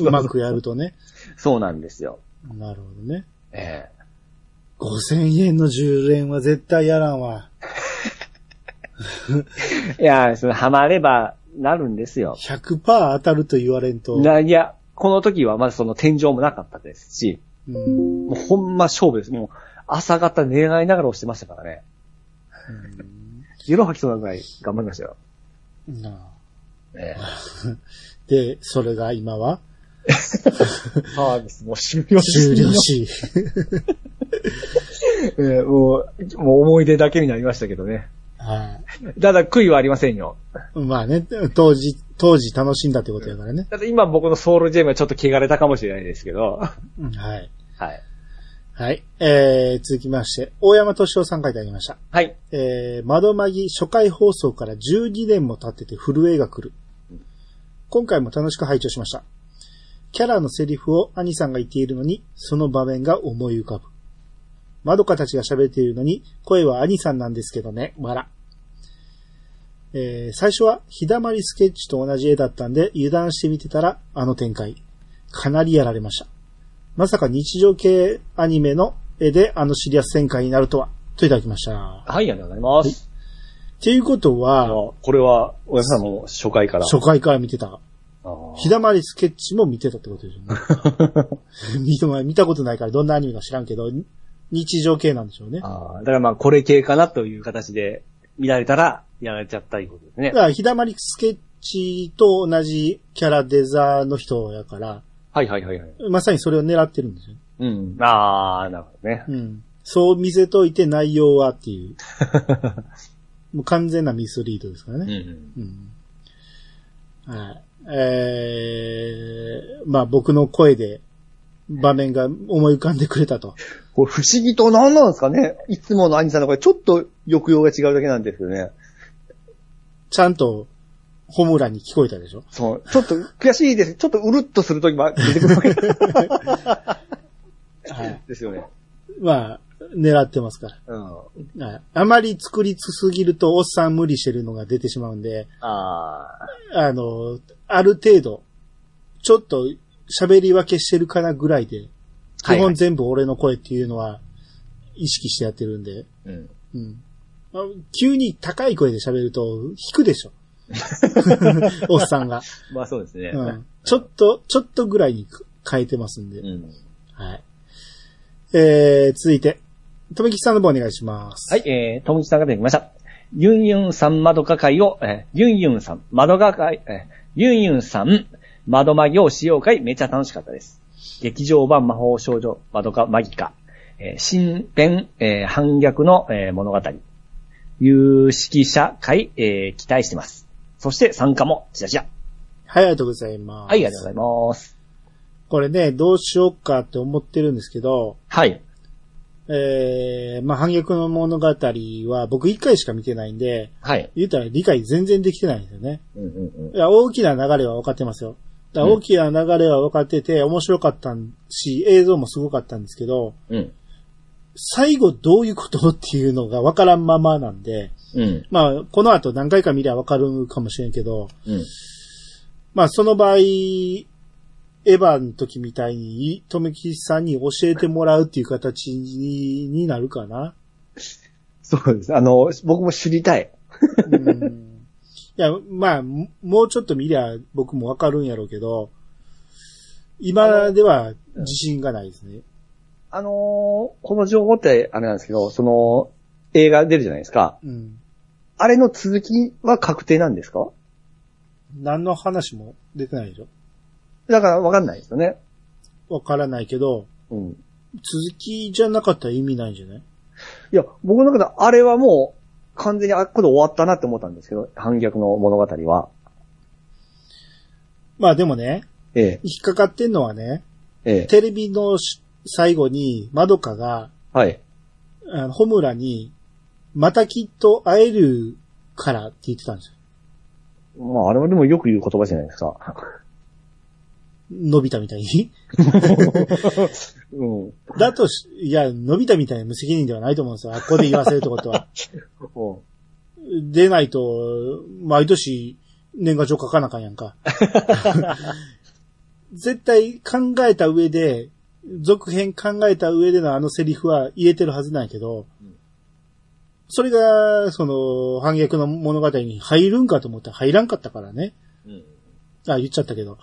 Speaker 1: うまくやるとね。
Speaker 3: そうなんですよ。
Speaker 1: なるほどね。5000円の10連は絶対やらんわ。
Speaker 3: いや、ハマればなるんですよ。
Speaker 1: 100% 当たると言われんと。
Speaker 3: いや、この時はまずその天井もなかったですし、もうほんま勝負です。もう、 朝方寝ないながら押してましたからね。ゲロ吐きそうなぐらい頑張りましたよ。
Speaker 1: なあ。で、それが今は
Speaker 3: サービスも終了
Speaker 1: し。
Speaker 3: もう思い出だけになりましたけどね。
Speaker 1: はい。
Speaker 3: ただ悔いはありませんよ。
Speaker 1: まあね、当時楽しんだってことやからね。
Speaker 3: だって今僕のソウルジェムはちょっと汚れたかもしれないですけど。
Speaker 1: はい。
Speaker 3: はい。
Speaker 1: はい。続きまして、大山敏夫さん書いてありました。
Speaker 3: はい。
Speaker 1: 窓マギ初回放送から12年も経ってて震えが来る。今回も楽しく拝聴しました。キャラのセリフを兄さんが言っているのに、その場面が思い浮かぶ。まどかたちが喋っているのに、声は兄さんなんですけどね、笑。最初は日だまりスケッチと同じ絵だったんで油断してみてたらあの展開。かなりやられました。まさか日常系アニメの絵であのシリアス展開になるとは、といただきました。
Speaker 3: はい、ありがとうございます。
Speaker 1: っていうことは、
Speaker 3: これは、おやさんも初回から
Speaker 1: 見てた。日だまりスケッチも見てたってことですよね。見たことないからどんなアニメか知らんけど、日常系なんでしょうね。
Speaker 3: だからまあこれ系かなという形で見られたらやられちゃったいうことですね。
Speaker 1: だから日だまりスケッチと同じキャラデザの人やから、
Speaker 3: はい。
Speaker 1: まさにそれを狙ってるんですよ。
Speaker 3: うん。なるほどね。
Speaker 1: うん。そう見せといて内容はっていう。もう完全なミスリードですからね。はい。まあ僕の声で場面が思い浮かんでくれたと。
Speaker 3: これ不思議と何なんですかね。いつもの兄さんの声ちょっと抑揚が違うだけなんですよね。
Speaker 1: ちゃんとホムラに聞こえたでしょ。
Speaker 3: そう。ちょっと悔しいです。ちょっとうるっとするときも出てくるわけですよね。
Speaker 1: まあ、狙ってますから。はい。あまり作りすぎるとおっさん無理してるのが出てしまうんで、ある程度、ちょっと喋り分けしてるかなぐらいで、基本全部俺の声っていうのは意識してやってるんで、急に高い声で喋ると引くでしょ。おっさんが。
Speaker 3: まあそうですね。
Speaker 1: ちょっとぐらいに変えてますんで。はい。続いて、とめきさんの方お願いします。
Speaker 3: はい、とめきさんが出てきました。ユンユンさん窓か会を、ユンユンさん窓か会、ユンユンさん窓マギを使用会めっちゃ楽しかったです。劇場版魔法少女窓かマギか、新編、反逆の、物語、有識者会、期待してます。そして参加もチラチラ。
Speaker 1: はい、ありがとうございます。
Speaker 3: はい、ありがとうございます。
Speaker 1: これね、どうしようかって思ってるんですけど、
Speaker 3: はい。
Speaker 1: まあ、反逆の物語は僕一回しか見てないんで、
Speaker 3: はい。
Speaker 1: 言ったら理解全然できてないんですよね。いや、大きな流れは分かってますよ。だから大きな流れは分かってて面白かったし、映像もすごかったんですけど、最後どういうことっていうのが分からんままなんで、まあ、この後何回か見りゃ分かるかもしれんけど、まあ、その場合、エヴァの時みたいに、とめきさんに教えてもらうっていう形になるかな。
Speaker 3: そうです。僕も知りたい。
Speaker 1: いや、まあ、もうちょっと見りゃ僕もわかるんやろうけど、今では自信がないですね。
Speaker 3: この情報ってあれなんですけど、その、映画出るじゃないですか。あれの続きは確定なんですか？
Speaker 1: 何の話も出てないでしょ。
Speaker 3: だから分かんないですよね。
Speaker 1: 分からないけど、続きじゃなかったら意味ないんじゃない？
Speaker 3: いや、僕の中であれはもう完全にこれ終わったなって思ったんですけど、反逆の物語は。
Speaker 1: まあでもね、引っかかってんのはね、テレビの最後にまどかが、ホムラにまたきっと会えるからって言ってたんですよ。
Speaker 3: まああれはでもよく言う言葉じゃないですか。
Speaker 1: のび太みたいにだといや、のび太みたいな無責任ではないと思うんですよ。あっこで言わせるってことは。出ないと、毎年年賀状書かなあかんやんか。絶対考えた上で、続編考えた上でのあのセリフは言えてるはずなんやけど、それが、その、反逆の物語に入るんかと思ったら入らんかったからね。言っちゃったけど。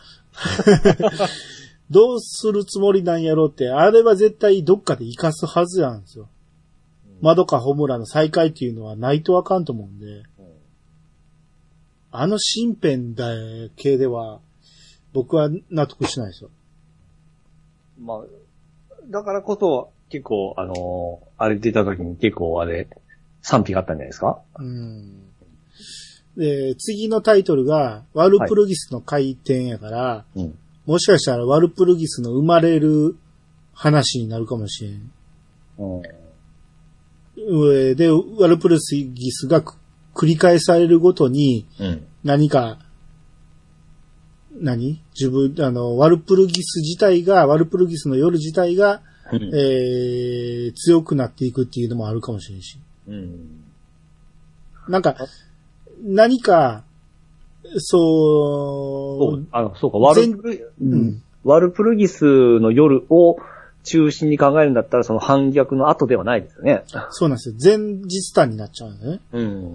Speaker 1: どうするつもりなんやろうって、あれは絶対どっかで活かすはずなんですよ。 まどかホムラの再会っていうのはないとあかんと思うんで、あの身辺だけでは、僕は納得しないですよ。
Speaker 2: まあ、だからこそ、結構、あれ出た時に結構賛否があったんじゃないですか？
Speaker 1: で、次のタイトルが、ワルプルギスの回転やから、もしかしたらワルプルギスの生まれる話になるかもしれん。で、ワルプルギスが繰り返されるごとに、何か、ワルプルギス自体が、ワルプルギスの夜自体が、強くなっていくっていうのもあるかもしれんし。なんか、何か、
Speaker 2: そうか、ワルプルギスの夜を中心に考えるんだったら、その反逆の後ではないですよね。
Speaker 1: そうなんですよ。前日譚になっちゃうんだね。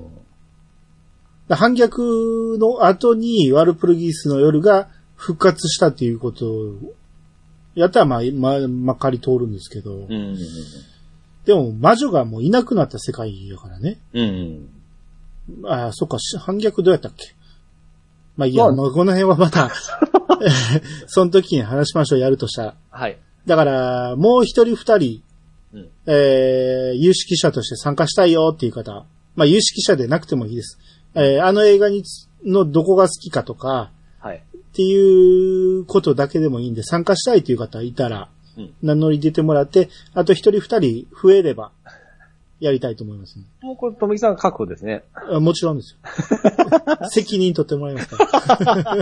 Speaker 1: 反逆の後にワルプルギスの夜が復活したっていうことをやったらまかり通るんですけど、でも魔女がもういなくなった世界やからね。そっか、反逆どうやったっけ？まあいいや、もうこの辺はまた、その時に話しましょう、やるとしたら。
Speaker 2: はい。
Speaker 1: だから、もう一人二人、有識者として参加したいよっていう方、まあ有識者でなくてもいいです。あの映画のどこが好きかとか、っていうことだけでもいいんで、参加したいという方いたら、名乗り出てもらって、あと一人二人増えれば、やりたいと思いますね。
Speaker 2: もうこれ、とめきさん確保ですね。
Speaker 1: もちろんですよ。責任取ってもらいますから。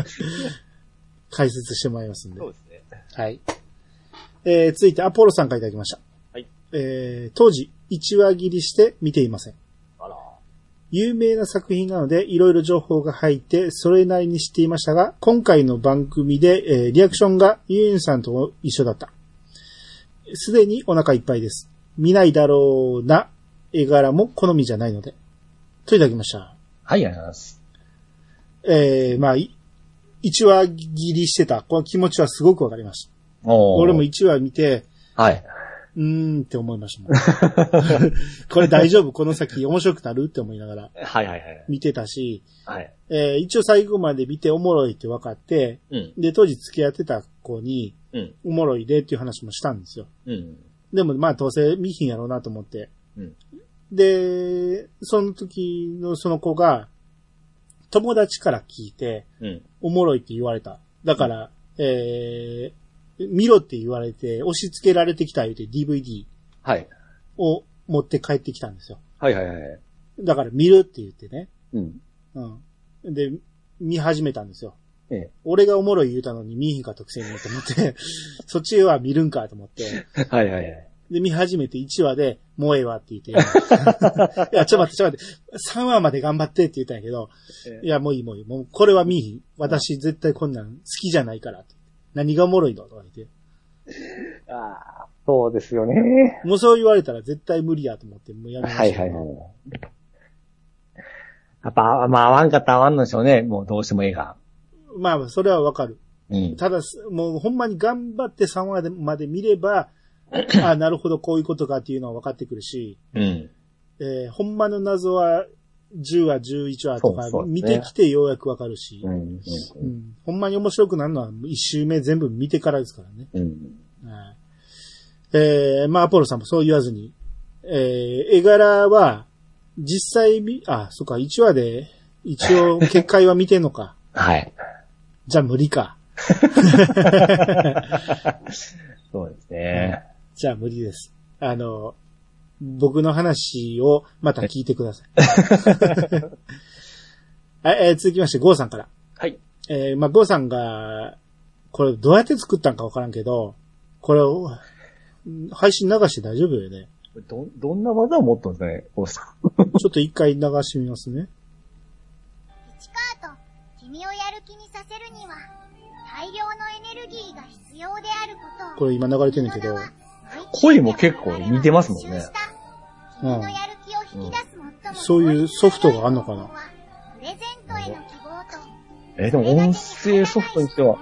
Speaker 1: 解説してもらいますんで。
Speaker 2: そうですね。
Speaker 1: はい。続いて、アポロさんからいただきました。
Speaker 2: はい。
Speaker 1: 当時、1話切りして見ていません。有名な作品なので、いろいろ情報が入って、それなりに知っていましたが、今回の番組で、リアクションがユンさんと一緒だった。すでにお腹いっぱいです。見ないだろうな絵柄も好みじゃないので。といただきました。
Speaker 3: はい、ありがとうございます。
Speaker 1: まあ、1話切りしてた。この気持ちはすごくわかりました。俺も1話見て、
Speaker 3: はい。
Speaker 1: って思いましたもん。これ大丈夫？この先面白くなるって思いながら。
Speaker 3: はいはいはい。
Speaker 1: 見てたし、
Speaker 3: はい。
Speaker 1: 一応最後まで見ておもろいって分かって、で、当時付き合ってた子に、おもろいでっていう話もしたんですよ。でも、まあ、どうせ見ひんやろうなと思って。で、その時のその子が、友達から聞いて、おもろいって言われた。だから、見ろって言われて、押し付けられてきた言うて DVD を持って帰ってきたんですよ。
Speaker 2: はいはいはい。
Speaker 1: だから見るって言ってね。で、見始めたんですよ。俺がおもろい言うたのに見ひんかったくせにと思って、そっちは見るんかと思って。
Speaker 2: はいはいはい。
Speaker 1: で、見始めて1話で、もうええわって言って。いや、ちょっと待って。3話まで頑張ってって言ったんやけど、いや、もういい。もうこれは見ひん。私絶対こんなん好きじゃないからって。何がおもろいのとか言って。
Speaker 2: ああ、そうですよね。
Speaker 1: もうそう言われたら絶対無理やと思って、もうやめました。
Speaker 2: はいはいはい。
Speaker 3: やっぱ、まあ合わんかったら合わんのでしょうね。もうどうしても映画。
Speaker 1: まあ、それはわかる。ただ、もうほんまに頑張って3話まで見れば、あ、なるほど、こういうことかっていうのは分かってくるし、ほんまの謎は10話、11話とか見てきてようやく分かるし、ほんまに面白くなるのは1周目全部見てからですからね。まあ、アポロさんもそう言わずに、絵柄は実際そっか、1話で一応結界は見てんのか。
Speaker 3: はい。
Speaker 1: じゃあ無理か。
Speaker 3: そうですね。
Speaker 1: じゃあ無理です。僕の話をまた聞いてください。続きまして、ゴーさんから。
Speaker 3: はい。
Speaker 1: まあ、ゴーさんが、これどうやって作ったんかわからんけど、これを、配信流して大丈夫よね。
Speaker 3: どんな技を持ったんですかね、ゴーさん。
Speaker 1: ちょっと一回流してみますね。
Speaker 4: ピチカート、君をやる気にさせるには、大量のエネルギーが必要であることを。
Speaker 1: これ今流れてるんだけど、
Speaker 3: 声も結構似てますもんね。
Speaker 1: そういうソフトがあんのかな。
Speaker 3: でも音声ソフトにしては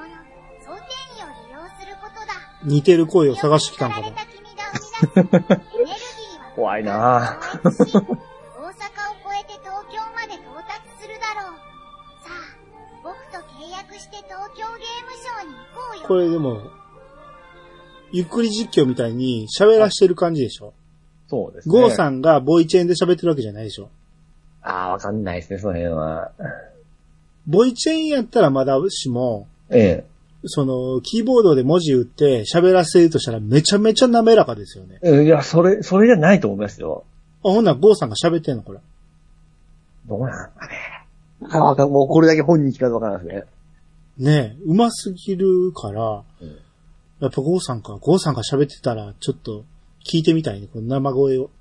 Speaker 1: 似てる声を探してきたんかな。
Speaker 3: 怖いなぁ。
Speaker 4: 大阪を越えて東京まで到達するだろう。さあ、僕と契約して東京ゲームショウに行こうよ。
Speaker 1: これでも、ゆっくり実況みたいに喋らしてる感じでしょ。
Speaker 3: そうですね。
Speaker 1: ゴーさんがボイチェンで喋ってるわけじゃないでしょ。
Speaker 3: ああ、わかんないですね、その辺は。
Speaker 1: ボイチェンやったらまだしも、
Speaker 3: ええ。
Speaker 1: その、キーボードで文字打って喋らせるとしたらめちゃめちゃ滑らかですよね。
Speaker 3: いや、それじゃないと思いますよ。
Speaker 1: あ、ほんならゴーさんが喋ってんのこれ。
Speaker 3: どうなんかね。もうこれだけ本人聞かずわからないですね。
Speaker 1: ねえ、うますぎるから、やっぱゴーさんが喋ってたらちょっと聞いてみたいね、この生声を。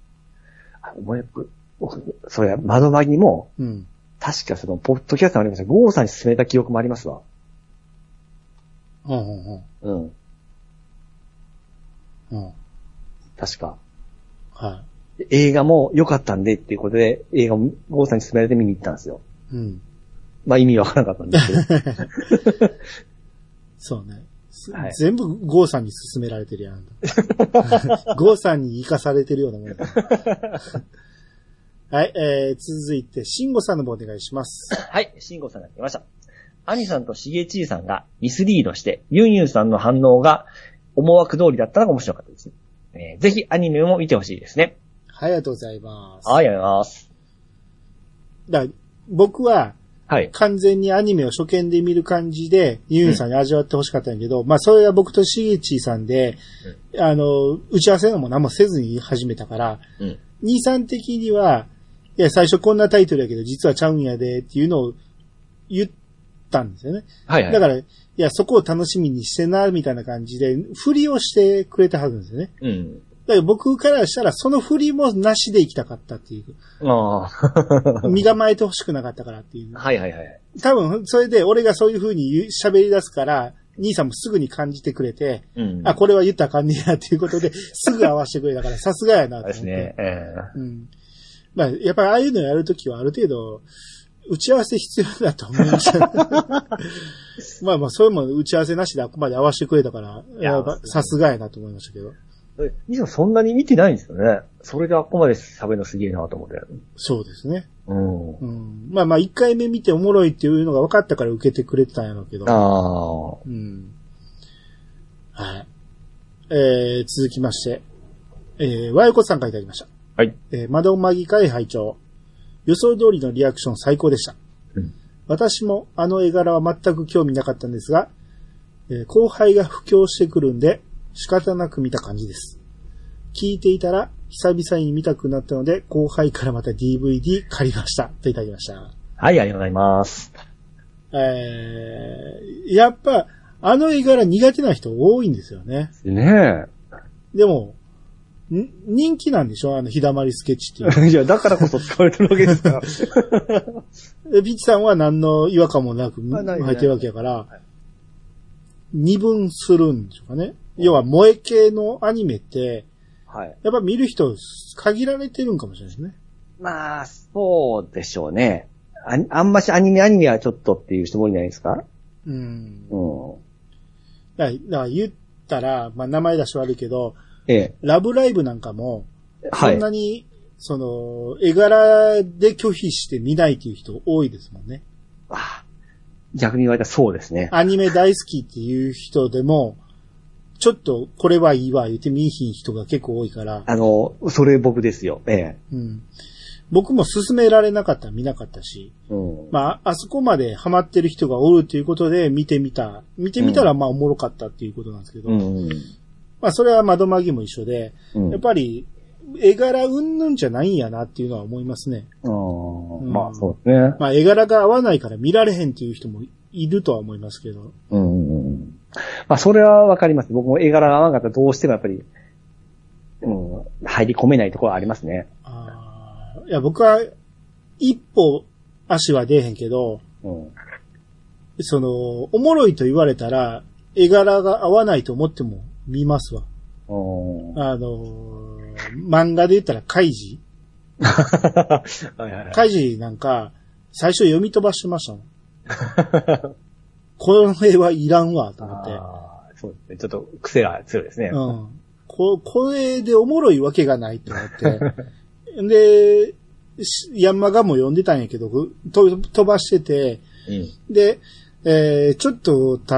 Speaker 3: それ、窓マギも、
Speaker 1: うん。
Speaker 3: 確かその、ポッドキャストありました。ゴーさんに勧めた記憶もありますわ。
Speaker 1: うん。
Speaker 3: 確か。
Speaker 1: は
Speaker 3: 映画も良かったんでっていうことで、映画をゴーさんに勧められて見に行ったんですよ。
Speaker 1: い。うん。
Speaker 3: まあ意味わからなかったんですけど。
Speaker 1: そうね。
Speaker 3: はい
Speaker 1: 全部ゴーさんに勧められてるやん。ゴーさんに生かされてるようなもんだ。はい、続いて、シンゴさんの方お願いします。
Speaker 3: はい、シンゴさんが来ました。アニさんとシゲチーさんがミスリードして、ユンユンさんの反応が思惑通りだったのが面白かったですね。ぜひアニメも見てほしいですね。
Speaker 1: はい、ありがとうございます。
Speaker 3: はい、ありがとうございます。
Speaker 1: 僕は、
Speaker 3: はい。
Speaker 1: 完全にアニメを初見で見る感じで、ユンさんに味わってほしかったんやけど、まあ、それは僕とシゲチーさんで、打ち合わせも何もせずに始めたから、兄さん的には、いや、最初こんなタイトルやけど、実はちゃうんやで、っていうのを言ったんですよね。
Speaker 3: はいはい。
Speaker 1: だから、いや、そこを楽しみにしてな、みたいな感じで、振りをしてくれたはずですよね。
Speaker 3: うん。
Speaker 1: だから僕からしたら、その振りもなしで行きたかったっていう。
Speaker 3: ああ。
Speaker 1: 身構えてほしくなかったからっていう。
Speaker 3: はいはいはい。
Speaker 1: 多分、それで俺がそういう風に喋り出すから、兄さんもすぐに感じてくれて、あ、これは言ったらあかんねやっていうことで、すぐ合わせてくれたから、さすがやなと思って。
Speaker 3: ですね。
Speaker 1: まあ、やっぱりああいうのやるときはある程度、打ち合わせ必要だと思いました。まあまあ、それも打ち合わせなしであくまで合わせてくれたから、やっぱさすがやなと思いましたけど。
Speaker 3: 兄さんそんなに見てないんですよね。それであっこまで喋るのすげえなと思って。
Speaker 1: そうですね。まあまあ、1回目見ておもろいっていうのが分かったから受けてくれてたんやろうけど。はい。続きまして、和横さんからいただきました。
Speaker 3: はい。
Speaker 1: 窓マギ会拝聴。予想通りのリアクション最高でした。私もあの絵柄は全く興味なかったんですが、後輩が布教してくるんで仕方なく見た感じです。聞いていたら久々に見たくなったので、後輩からまた DVD 借りました。といただきました。
Speaker 3: はい、ありがとうございます。
Speaker 1: やっぱ、あの絵柄苦手な人多いんですよね。
Speaker 3: ね
Speaker 1: え。でも、人気なんでしょひだまりスケッチっていう。
Speaker 3: いや、だからこそ使われてるわけですから。
Speaker 1: ビッチさんは何の違和感もなく入ってるわけやから、二分するんでしょうかね。要は、萌え系のアニメって、やっぱ見る人限られてるんかもしれないですね。
Speaker 3: まあ、そうでしょうね。あんましアニメはちょっとっていう人もいないですか？
Speaker 1: だから言ったら、まあ名前出し悪いけど、ラブライブなんかも、そんなに、絵柄で拒否して見ないっていう人多いですもんね。
Speaker 3: 逆に言われたらそうですね。
Speaker 1: アニメ大好きっていう人でも、ちょっとこれはいいわ言って見いひん人が結構多いから。
Speaker 3: それ僕ですよ。
Speaker 1: 僕も勧められなかったら見なかったし、まあ、あそこまでハマってる人がおるっていうことで見てみたらまあおもろかったっていうことなんですけど、まあそれは窓マギも一緒で、やっぱり絵柄うんぬんじゃないんやなっていうのは思いますね。
Speaker 3: まあそうですね。
Speaker 1: まあ絵柄が合わないから見られへんっていう人もいるとは思いますけど。
Speaker 3: まあそれはわかります。僕も絵柄が合わなかったらどうしてもやっぱり、入り込めないところはありますね。
Speaker 1: いや僕は一歩足は出えへんけど、おもろいと言われたら絵柄が合わないと思っても見ますわ。漫画で言ったらカイジ。カイジなんか最初読み飛ばしてましたもん。この絵はいらんわと思って。
Speaker 3: そうですね。ちょっと癖が強いですね。
Speaker 1: ここれでおもろいわけがないと思って。で、ヤンマガも読んでたんやけど、飛ばしてて、で、ちょっと経って、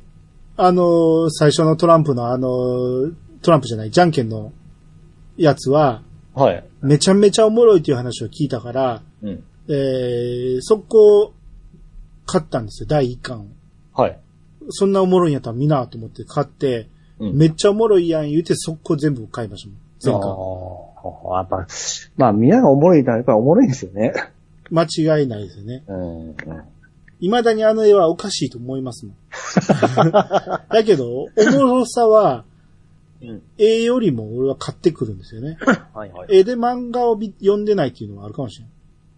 Speaker 1: 最初のトランプのトランプじゃない、じゃんけんのやつは、
Speaker 3: はい。
Speaker 1: めちゃめちゃおもろいっていう話を聞いたから、速攻買ったんですよ、第1巻を。はい。そんなおもろいんやったら見なと思って買って、めっちゃおもろいやん言うて速攻全部買いましたもん。全巻。
Speaker 3: やっぱ、まあ、みんながおもろいからやっぱりおもろいんですよね。
Speaker 1: 間違いないですよね。未だにあの絵はおかしいと思いますもん。だけど、おもろさは、絵よりも俺は買ってくるんですよね。はいはい、絵で漫画を読んでないっていうのはあるかもしれない。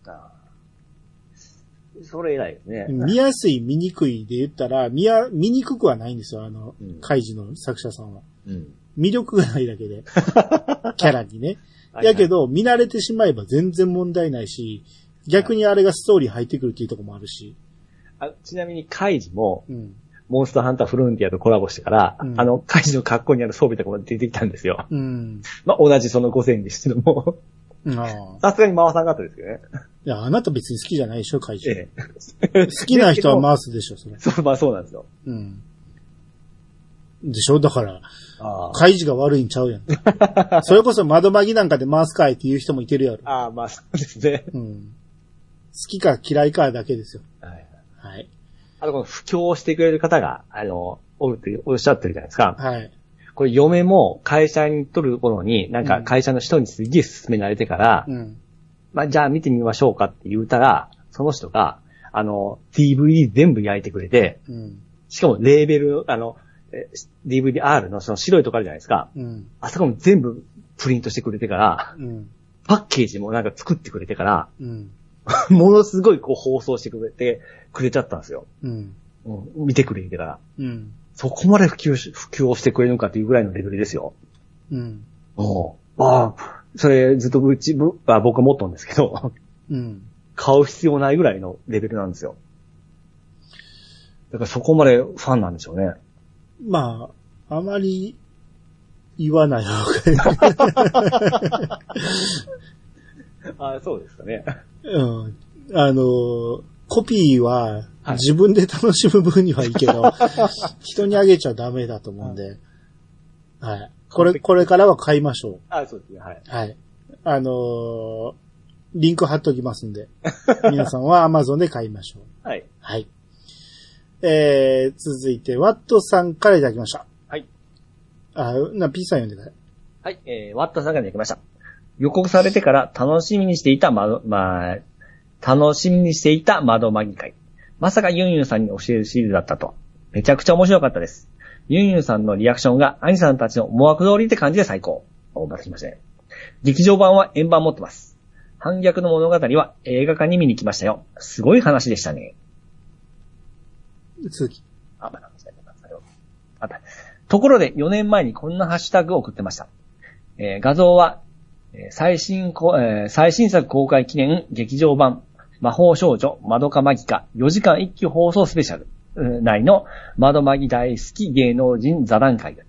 Speaker 3: それ偉いですね。
Speaker 1: 見やすい、見にくいで言ったら、見にくくはないんですよ、カイジの作者さんは。魅力がないだけで。キャラにね。やけど、見慣れてしまえば全然問題ないし、逆にあれがストーリー入ってくるっていうところもあるし。
Speaker 3: ちなみにカイジも、モンスターハンターフロンティアとコラボしてから、カイジの格好にある装備とかも出てきたんですよ。まあ、同じその5000ですけども。さすがに回さなかったですけどね。
Speaker 1: いや、あなた別に好きじゃないでしょ、カイジ。好きな人は回すでしょ、それ。
Speaker 3: そう、まあそうなんですよ。
Speaker 1: でしょだから、カイジが悪いんちゃうやん。それこそ窓マギなんかで回すかいっていう人もいてるやろ。
Speaker 3: まあそうですね。
Speaker 1: 好きか嫌いかだけですよ。はい。
Speaker 3: この布教してくれる方が、おるっておっしゃってるじゃないですか。
Speaker 1: はい。
Speaker 3: これ嫁も会社に取る頃に、なんか会社の人にすげえ勧められてから、まあじゃあ見てみましょうかって言うたら、その人が、DVD 全部焼いてくれて、しかもレーベル、DVD-R のその白いとこあるじゃないですか。あそこも全部プリントしてくれてから、パッケージもなんか作ってくれてから、ものすごいこう放送してくれちゃったんですよ。見てくれてから。そこまで普及してくれるのかっていうぐらいのレベルですよ。それずっと僕持っとんですけど、買う必要ないぐらいのレベルなんですよ。だからそこまでファンなんでしょうね。
Speaker 1: まあ、あまり言わない方がいい。
Speaker 3: そうですかね。
Speaker 1: コピーは自分で楽しむ分にはいいけど、人にあげちゃダメだと思うんで、はい。これからは買いましょう。
Speaker 3: そうですね、はい。
Speaker 1: はい。リンク貼っときますんで、皆さんは Amazon で買いましょう。
Speaker 3: はい。
Speaker 1: はい。続いて、ワットさんからいただきました。
Speaker 3: はい。
Speaker 1: P さん読んでください。
Speaker 3: はい、ワットさんからいただきました。予告されてから楽しみにしていた窓マギ会。まさかユンユンさんに教えるシリーズだったと。めちゃくちゃ面白かったです。ユンユンさんのリアクションが兄さんたちの思惑通りって感じで最高。お待たせしましたね。劇場版は円盤持ってます。反逆の物語は映画館に見に来ましたよ。すごい話でしたね。
Speaker 1: 続き。
Speaker 3: ところで4年前にこんなハッシュタグを送ってました。画像は、最新作公開記念劇場版魔法少女まどかマギカ4時間一挙放送スペシャル内のまどマギ大好き芸能人座談会です。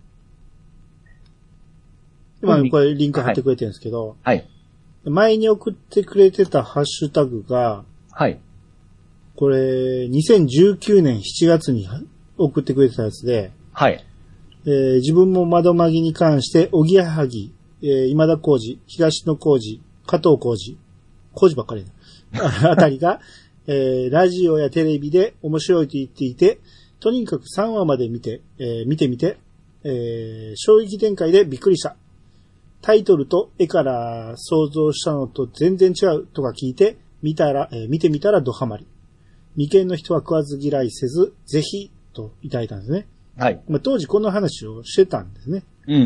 Speaker 1: 今これリンク貼ってくれてるんですけど、
Speaker 3: はい。
Speaker 1: 前に送ってくれてたハッシュタグが、
Speaker 3: はい。
Speaker 1: これ2019年7月に送ってくれてたやつで、
Speaker 3: はい。
Speaker 1: 自分もまどマギに関しておぎやはぎ、今田耕司、東野耕司、加藤耕司ばっかりだ。あたりが、ラジオやテレビで面白いと言っていて、とにかく3話まで見てみて、衝撃展開でびっくりした。タイトルと絵から想像したのと全然違うとか聞いて、見てみたらドハマり。未見の人は食わず嫌いせず、ぜひ、といただいたんですね。
Speaker 3: はい。
Speaker 1: 当時この話をしてたんですね。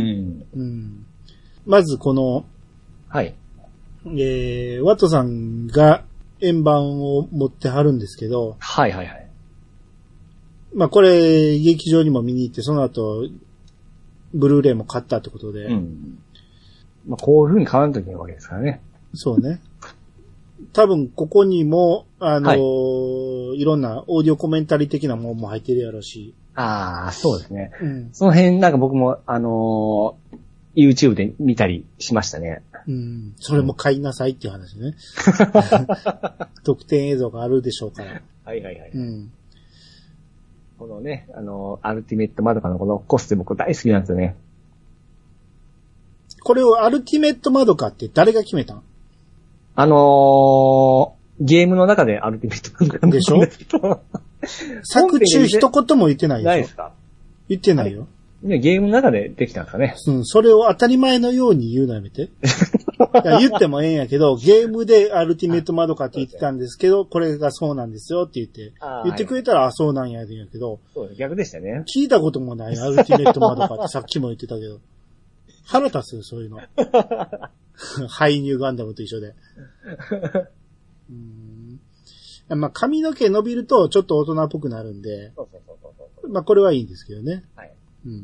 Speaker 1: まずこの、
Speaker 3: はい。
Speaker 1: ワットさんが円盤を持ってはるんですけど、
Speaker 3: はいはいはい。
Speaker 1: これ、劇場にも見に行って、その後、ブルーレイも買ったってことで。
Speaker 3: こういう風に買わんといけないわけですからね。
Speaker 1: そうね。多分、ここにも、いろんなオーディオコメンタリー的なものも入ってるやろうし。
Speaker 3: そうですね。その辺、僕も、 YouTube で見たりしましたね。
Speaker 1: うん。それも買いなさいっていう話ね。特典映像があるでしょうから。
Speaker 3: はいはいはい。
Speaker 1: うん。
Speaker 3: このね、アルティメットマドカのこのコステ僕大好きなんですよね。
Speaker 1: これをアルティメットマドカって誰が決めたん？
Speaker 3: ゲームの中でアルティメットマドカ
Speaker 1: でしょ？作中一言も言ってないでしょ？
Speaker 3: ないですか？
Speaker 1: 言ってないよ。
Speaker 3: ゲームの中でできたんですかね。
Speaker 1: うん、それを当たり前のように言うのやめて。いや言ってもええんやけど、ゲームでアルティメットマドカって言ってたんですけど、これがそうなんですよって言ってくれたら、そうなんやでんやけど、
Speaker 3: そう逆でしたね。
Speaker 1: 聞いたこともないアルティメットマドカってさっきも言ってたけど、腹立つよ、そういうの。ハイニューガンダムと一緒で。まあ、髪の毛伸びるとちょっと大人っぽくなるんで、まあ、これはいいんですけどね。はい。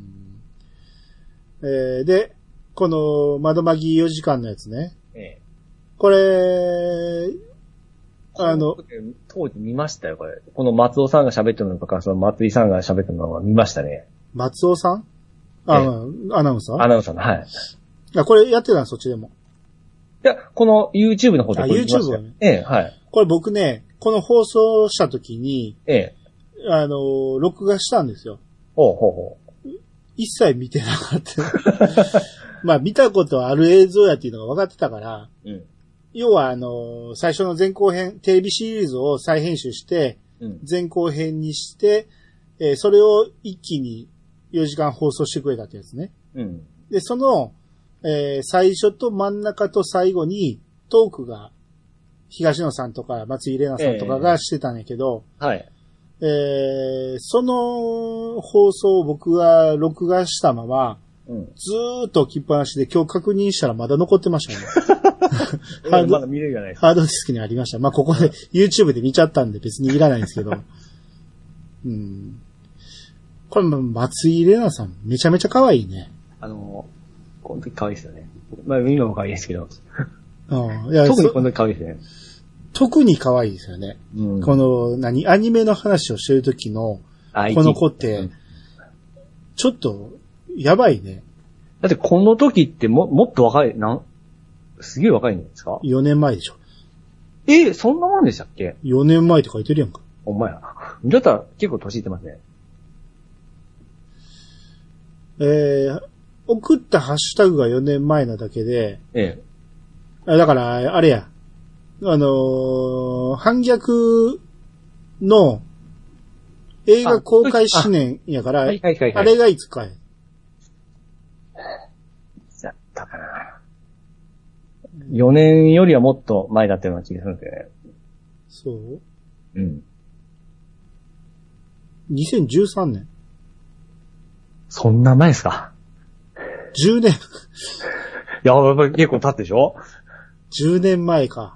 Speaker 1: で、この窓マギ4時間のやつね。これ、
Speaker 3: 当時見ましたよ、これ。この松尾さんが喋ってるのとか、その松井さんが喋ってるのは見ましたね。
Speaker 1: 松尾さん？アナウンサー？
Speaker 3: アナウンサーの、はい。
Speaker 1: これやってたのそっちでも。
Speaker 3: いや、この YouTube の方でこれ見ました。
Speaker 1: YouTube はね。はい。これ僕ね、この放送した時に、録画したんですよ。一切見てなかった。まあ見たことある映像やっていうのが分かってたから、要は最初の前後編、テレビシリーズを再編集して、前後編にして、それを一気に4時間放送してくれたってやつね。で、その、最初と真ん中と最後にトークが東野さんとか松井玲奈さんとかがしてたんやけど、はい。その放送を僕が録画したまま、ずーっと置きっぱなしで今日確認したらまだ残ってましたね。
Speaker 3: まだ見れるじゃないです
Speaker 1: か。ハードディスクにありました。まあ、ここで YouTube で見ちゃったんで別にいらないんですけど。これ松井玲奈さんめちゃめちゃ可愛いね。
Speaker 3: この時可愛いですよね。まあ今も可愛いですけど。
Speaker 1: いや
Speaker 3: 特にこの時可愛いですね。
Speaker 1: 特に可愛いですよね。この、アニメの話をしてる時の、この子って、ちょっと、やばいね。
Speaker 3: だってこの時ってもっと若い、すげえ若いんですか
Speaker 1: ?4 年前でしょ。
Speaker 3: そんなもんでしたっけ
Speaker 1: ?4 年前って書いてるやんか。
Speaker 3: お前や。だったら結構年いってますね。
Speaker 1: 送ったハッシュタグが4年前なだけで、だから、あれや。反逆の映画公開記念やから、あれがいつかや。
Speaker 3: だったかな。4年よりはもっと前だったような気がするんですよね。
Speaker 1: そう？2013年。
Speaker 3: そんな前ですか？
Speaker 1: 10 年。
Speaker 3: いや、やっぱり結構経ってでしょ？
Speaker 1: 10 年前か。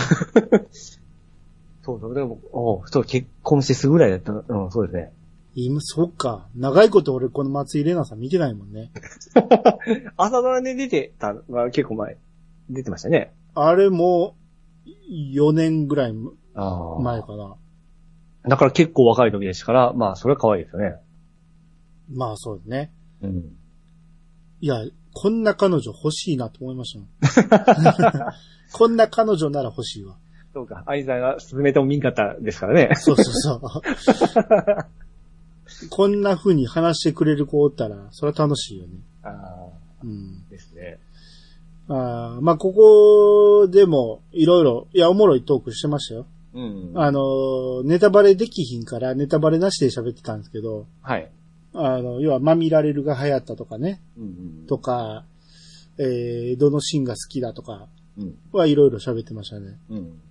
Speaker 3: そう、でも、結婚してすぐぐらいだった。そうですね。
Speaker 1: 今、そっか。長いこと俺この松井玲奈さん見てないもんね。
Speaker 3: 朝ドラで出てたのは結構前、出てましたね。
Speaker 1: あれも、4年ぐらい前かな。
Speaker 3: だから結構若い時ですから、まあ、それは可愛いですよね。
Speaker 1: まあ、そうですね。いや、こんな彼女欲しいなと思いましたもん。こんな彼女なら欲しいわ。
Speaker 3: そうか。愛さんが勧めても見んかったですからね。
Speaker 1: そう。こんな風に話してくれる子おったら、それは楽しいよね。
Speaker 3: ですね。
Speaker 1: まあ、ここでも、いろいろ、おもろいトークしてましたよ。ネタバレできひんから、ネタバレなしで喋ってたんですけど、はい。要は、まみられるが流行ったとかね。とか、どのシーンが好きだとか、はいろいろ喋ってましたね。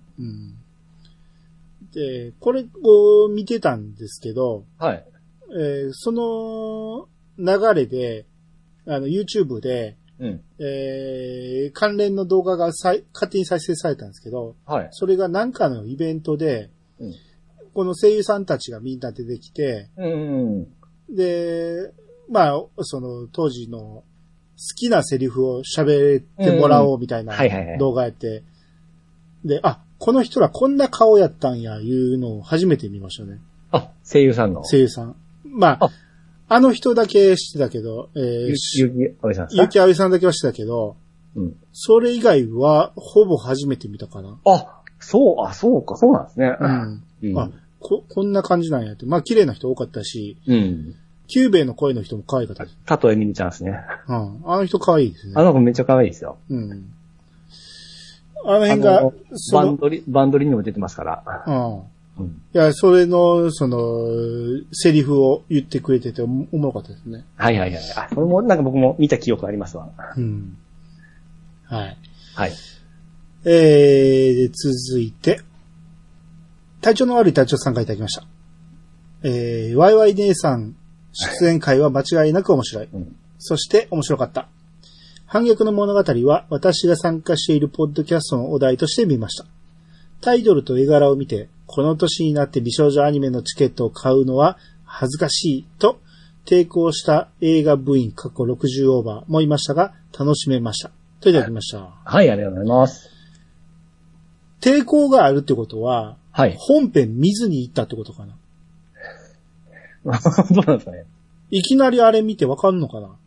Speaker 1: で、これを見てたんですけど、はい。その流れで、YouTube で、関連の動画が勝手に再生されたんですけど、はい。それが何かのイベントで、この声優さんたちがみんな出てきて、で、まあ、その当時の好きなセリフを喋ってもらおうみたいな動画やって、で、この人らこんな顔やったんや、いうのを初めて見ましたね。
Speaker 3: 声優さんの。
Speaker 1: 声優さん。まあ、 あの人だけしてたけど、
Speaker 3: ゆきあおいさんですか？
Speaker 1: ゆきあおいさんだけはしてたけど、
Speaker 3: うん。
Speaker 1: それ以外は、ほぼ初めて見たかな。
Speaker 3: そうか、そうなんですね。
Speaker 1: うん。こんな感じなんやって。まあ、綺麗な人多かったし、
Speaker 3: うん。
Speaker 1: キューベイの声の人も可愛かったです。
Speaker 3: 加藤エミリちゃんですね。
Speaker 1: うん。あの人可愛いですね。
Speaker 3: あの子めっちゃ可愛いですよ。
Speaker 1: うん。あの辺が、
Speaker 3: バンドリにも出てますから。
Speaker 1: うん。いや、それの、セリフを言ってくれてておもろかったですね。
Speaker 3: はい。それも、なんか僕も見た記憶ありますわ。
Speaker 1: うん。はい。
Speaker 3: はい。
Speaker 1: で、続いて、体調の悪い隊長さんからいただきました。ワイワイ姉さん出演会は間違いなく面白い。うん、そして面白かった。反逆の物語は私が参加しているポッドキャストのお題として見ました。タイトルと絵柄を見て、この年になって美少女アニメのチケットを買うのは恥ずかしいと抵抗した映画部員過去60オーバーもいましたが楽しめました。といただきました。
Speaker 3: はい、ありがとうございます。
Speaker 1: 抵抗があるってことは、
Speaker 3: はい。
Speaker 1: 本編見ずに行ったってことかな。
Speaker 3: どうなんですかね。
Speaker 1: いきなりあれ見てわかんのかな。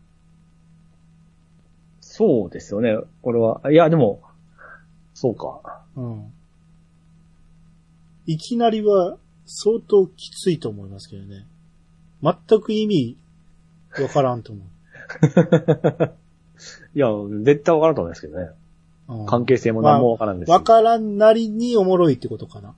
Speaker 3: そうですよね。これは。いや、でも、そうか。
Speaker 1: うん。いきなりは相当きついと思いますけどね。全く意味わからんと思う。
Speaker 3: いや、絶対わからんと思いますけどね。うん、関係性も何もわからんです、
Speaker 1: わからんなりにおもろいってことかな。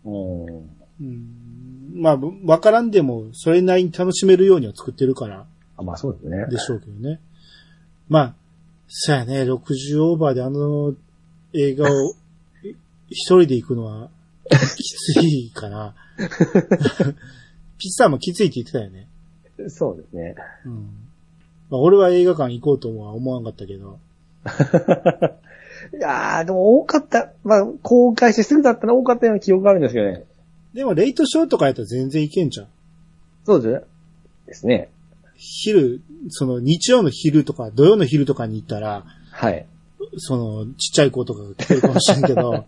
Speaker 1: まあ、わからんでも、それなりに楽しめるようには作ってるから。
Speaker 3: まあそうですね。
Speaker 1: でしょうけどね。まあ、そうやね、60オーバーであの映画を一人で行くのはきついかな。ピッツァもきついって言ってたよね。
Speaker 3: そうですね。
Speaker 1: うん。まあ、俺は映画館行こうとは思わなかったけど。
Speaker 3: いやー、でも多かった。まあ、公開してすぐだったら多かったような記憶があるんですけどね。
Speaker 1: でも、レイトショーとかやったら全然いけんじゃん。
Speaker 3: そうですね。
Speaker 1: 日曜の昼とか、土曜の昼とかに行ったら、
Speaker 3: はい。
Speaker 1: ちっちゃい子とかが来てるかもしれんけど、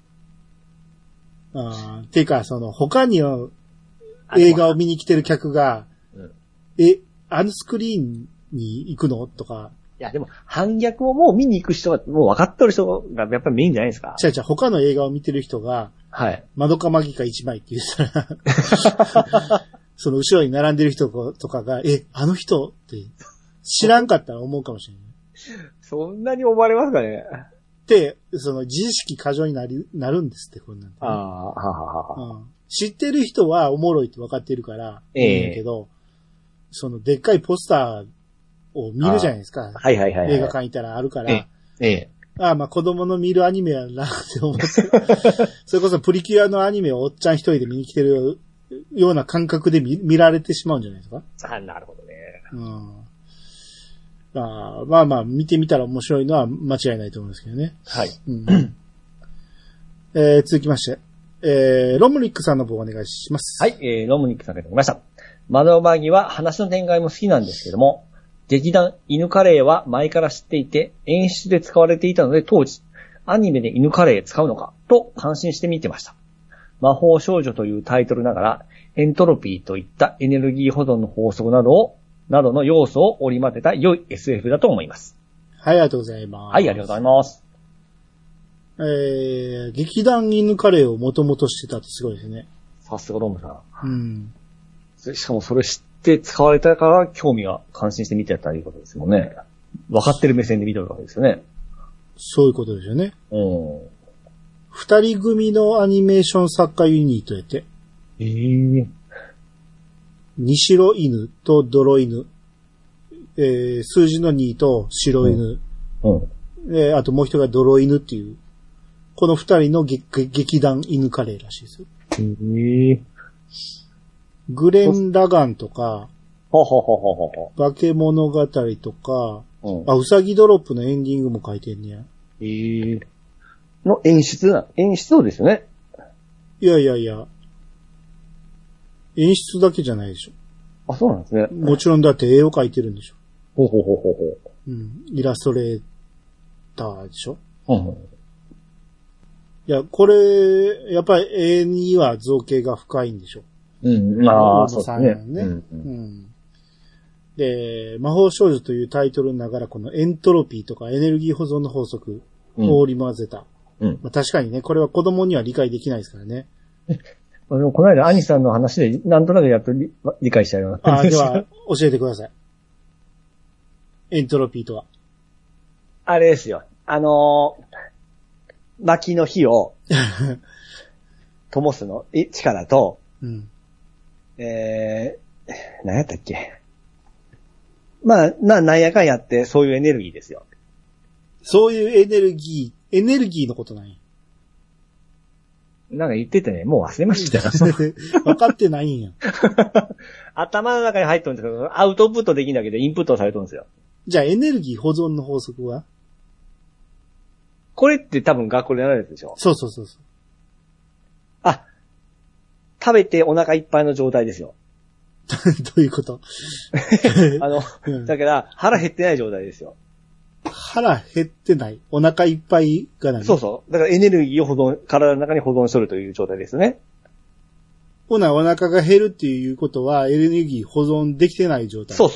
Speaker 1: ていうか、他に映画を見に来てる客が、あのスクリーンに行くのとか。
Speaker 3: いや、でも、反逆をもう見に行く人が、もう分かってる人がやっぱりメインじゃないですか。
Speaker 1: 他の映画を見てる人が、
Speaker 3: はい。
Speaker 1: 窓かマギか一枚って言ったら、その後ろに並んでる人とかが、あの人って知らんかったら思うかもしれない。
Speaker 3: そんなに思われますかね。
Speaker 1: で、自意識過剰になるんですって、こんなんて、ね。知ってる人はおもろいって分かってるから、いいんだけど、でっかいポスターを見るじゃないですか。
Speaker 3: はい。映
Speaker 1: 画館行ったらあるから。まあ子供の見るアニメやなって思って。それこそプリキュアのアニメをおっちゃん一人で見に来てるような感覚で見られてしまうんじゃないですか。
Speaker 3: なるほどね。
Speaker 1: まあ、見てみたら面白いのは間違いないと思うんですけどね。
Speaker 3: はい。
Speaker 1: 続きまして、ロムニックさんの方お願いします。
Speaker 3: はい、ロムニックさんがいただきました。窓マギは話の展開も好きなんですけども、劇団犬カレーは前から知っていて、演出で使われていたので当時、アニメで犬カレー使うのかと感心して見てました。魔法少女というタイトルながら、エントロピーといったエネルギー保存の法則などの要素を織り交ぜた良い SF だと思います。
Speaker 1: はい、ありがとうございます。
Speaker 3: はい、ありがとうございます。
Speaker 1: 劇団犬カレーをもともとしてたってすごいですね。
Speaker 3: さすがロムさ
Speaker 1: ん。うん。
Speaker 3: しかもそれ知って使われたから興味が感心して見てたということですもんね。分かってる目線で見てるわけですよね。
Speaker 1: そういうことですよね。二人組のアニメーション作家ユニットやって。西白犬と泥犬。数字の2と白犬。あともう一人が泥犬っていう。この二人の劇団犬カレーらしいですよ。グレン・ラガンとか、化け物語とか、うさぎドロップのエンディングも書いてんねや。
Speaker 3: の演出をですよね。
Speaker 1: いや。演出だけじゃないでしょ。
Speaker 3: そうなんですね。
Speaker 1: もちろんだって絵を描いてるんでしょ。イラストレーターでしょ。いや、これ、やっぱり絵には造形が深いんでしょ。
Speaker 3: そうですね。
Speaker 1: で、魔法少女というタイトルながらこのエントロピーとかエネルギー保存の法則を織り交ぜた。まあ、確かにね、これは子供には理解できないですからね。
Speaker 3: でもこの間、兄さんの話で、なんとなくやっと理解したような感じ
Speaker 1: では、教えてください。エントロピーとは。
Speaker 2: あれですよ。薪の火を、灯すの、力と、
Speaker 1: うん。
Speaker 2: 何やったっけ。まあ、なんやかんやって、そういうエネルギーですよ。
Speaker 1: そういうエネルギーのことなんや。
Speaker 3: なんか言っててね、もう忘れましたよ。
Speaker 1: 分かってないんや。
Speaker 3: 頭の中に入ってるんですけど、アウトプットできんだけど、インプットされてるんですよ。
Speaker 1: じゃあエネルギー保存の法則は？
Speaker 2: これって多分学校でやられるでしょ？
Speaker 1: そうそうそうそう。
Speaker 2: あ、食べてお腹いっぱいの状態ですよ。
Speaker 1: どういうこと
Speaker 2: だから腹減ってない状態ですよ。
Speaker 1: 腹減ってない。お腹いっぱいがない。
Speaker 2: そうそう。だからエネルギーを体の中に保存しとるという状態ですね。
Speaker 1: ほな、お腹が減るっていうことは、エネルギー保存できてない状態。
Speaker 2: そう。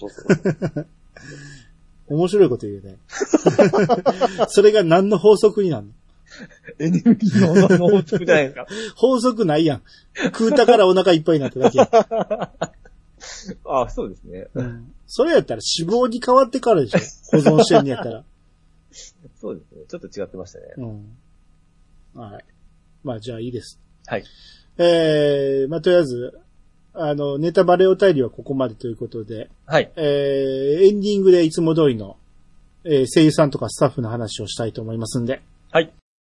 Speaker 1: 面白いこと言うね。それが何の法則になるの？
Speaker 2: エネルギーの法則じゃないですか。
Speaker 1: 法則ないやん。食うたからお腹いっぱいになっただけやん。
Speaker 2: あ、そうですね。
Speaker 1: それやったら脂肪に変わってからでしょ。保存してんねやったら。
Speaker 2: そうですね。ちょっと違ってましたね。
Speaker 1: はい。まあじゃあいいです。
Speaker 2: はい。
Speaker 1: まあとりあえず、ネタバレお便りはここまでということで、
Speaker 2: はい。
Speaker 1: エンディングでいつも通りの、声優さんとかスタッフの話をしたいと思いますんで、
Speaker 2: はい。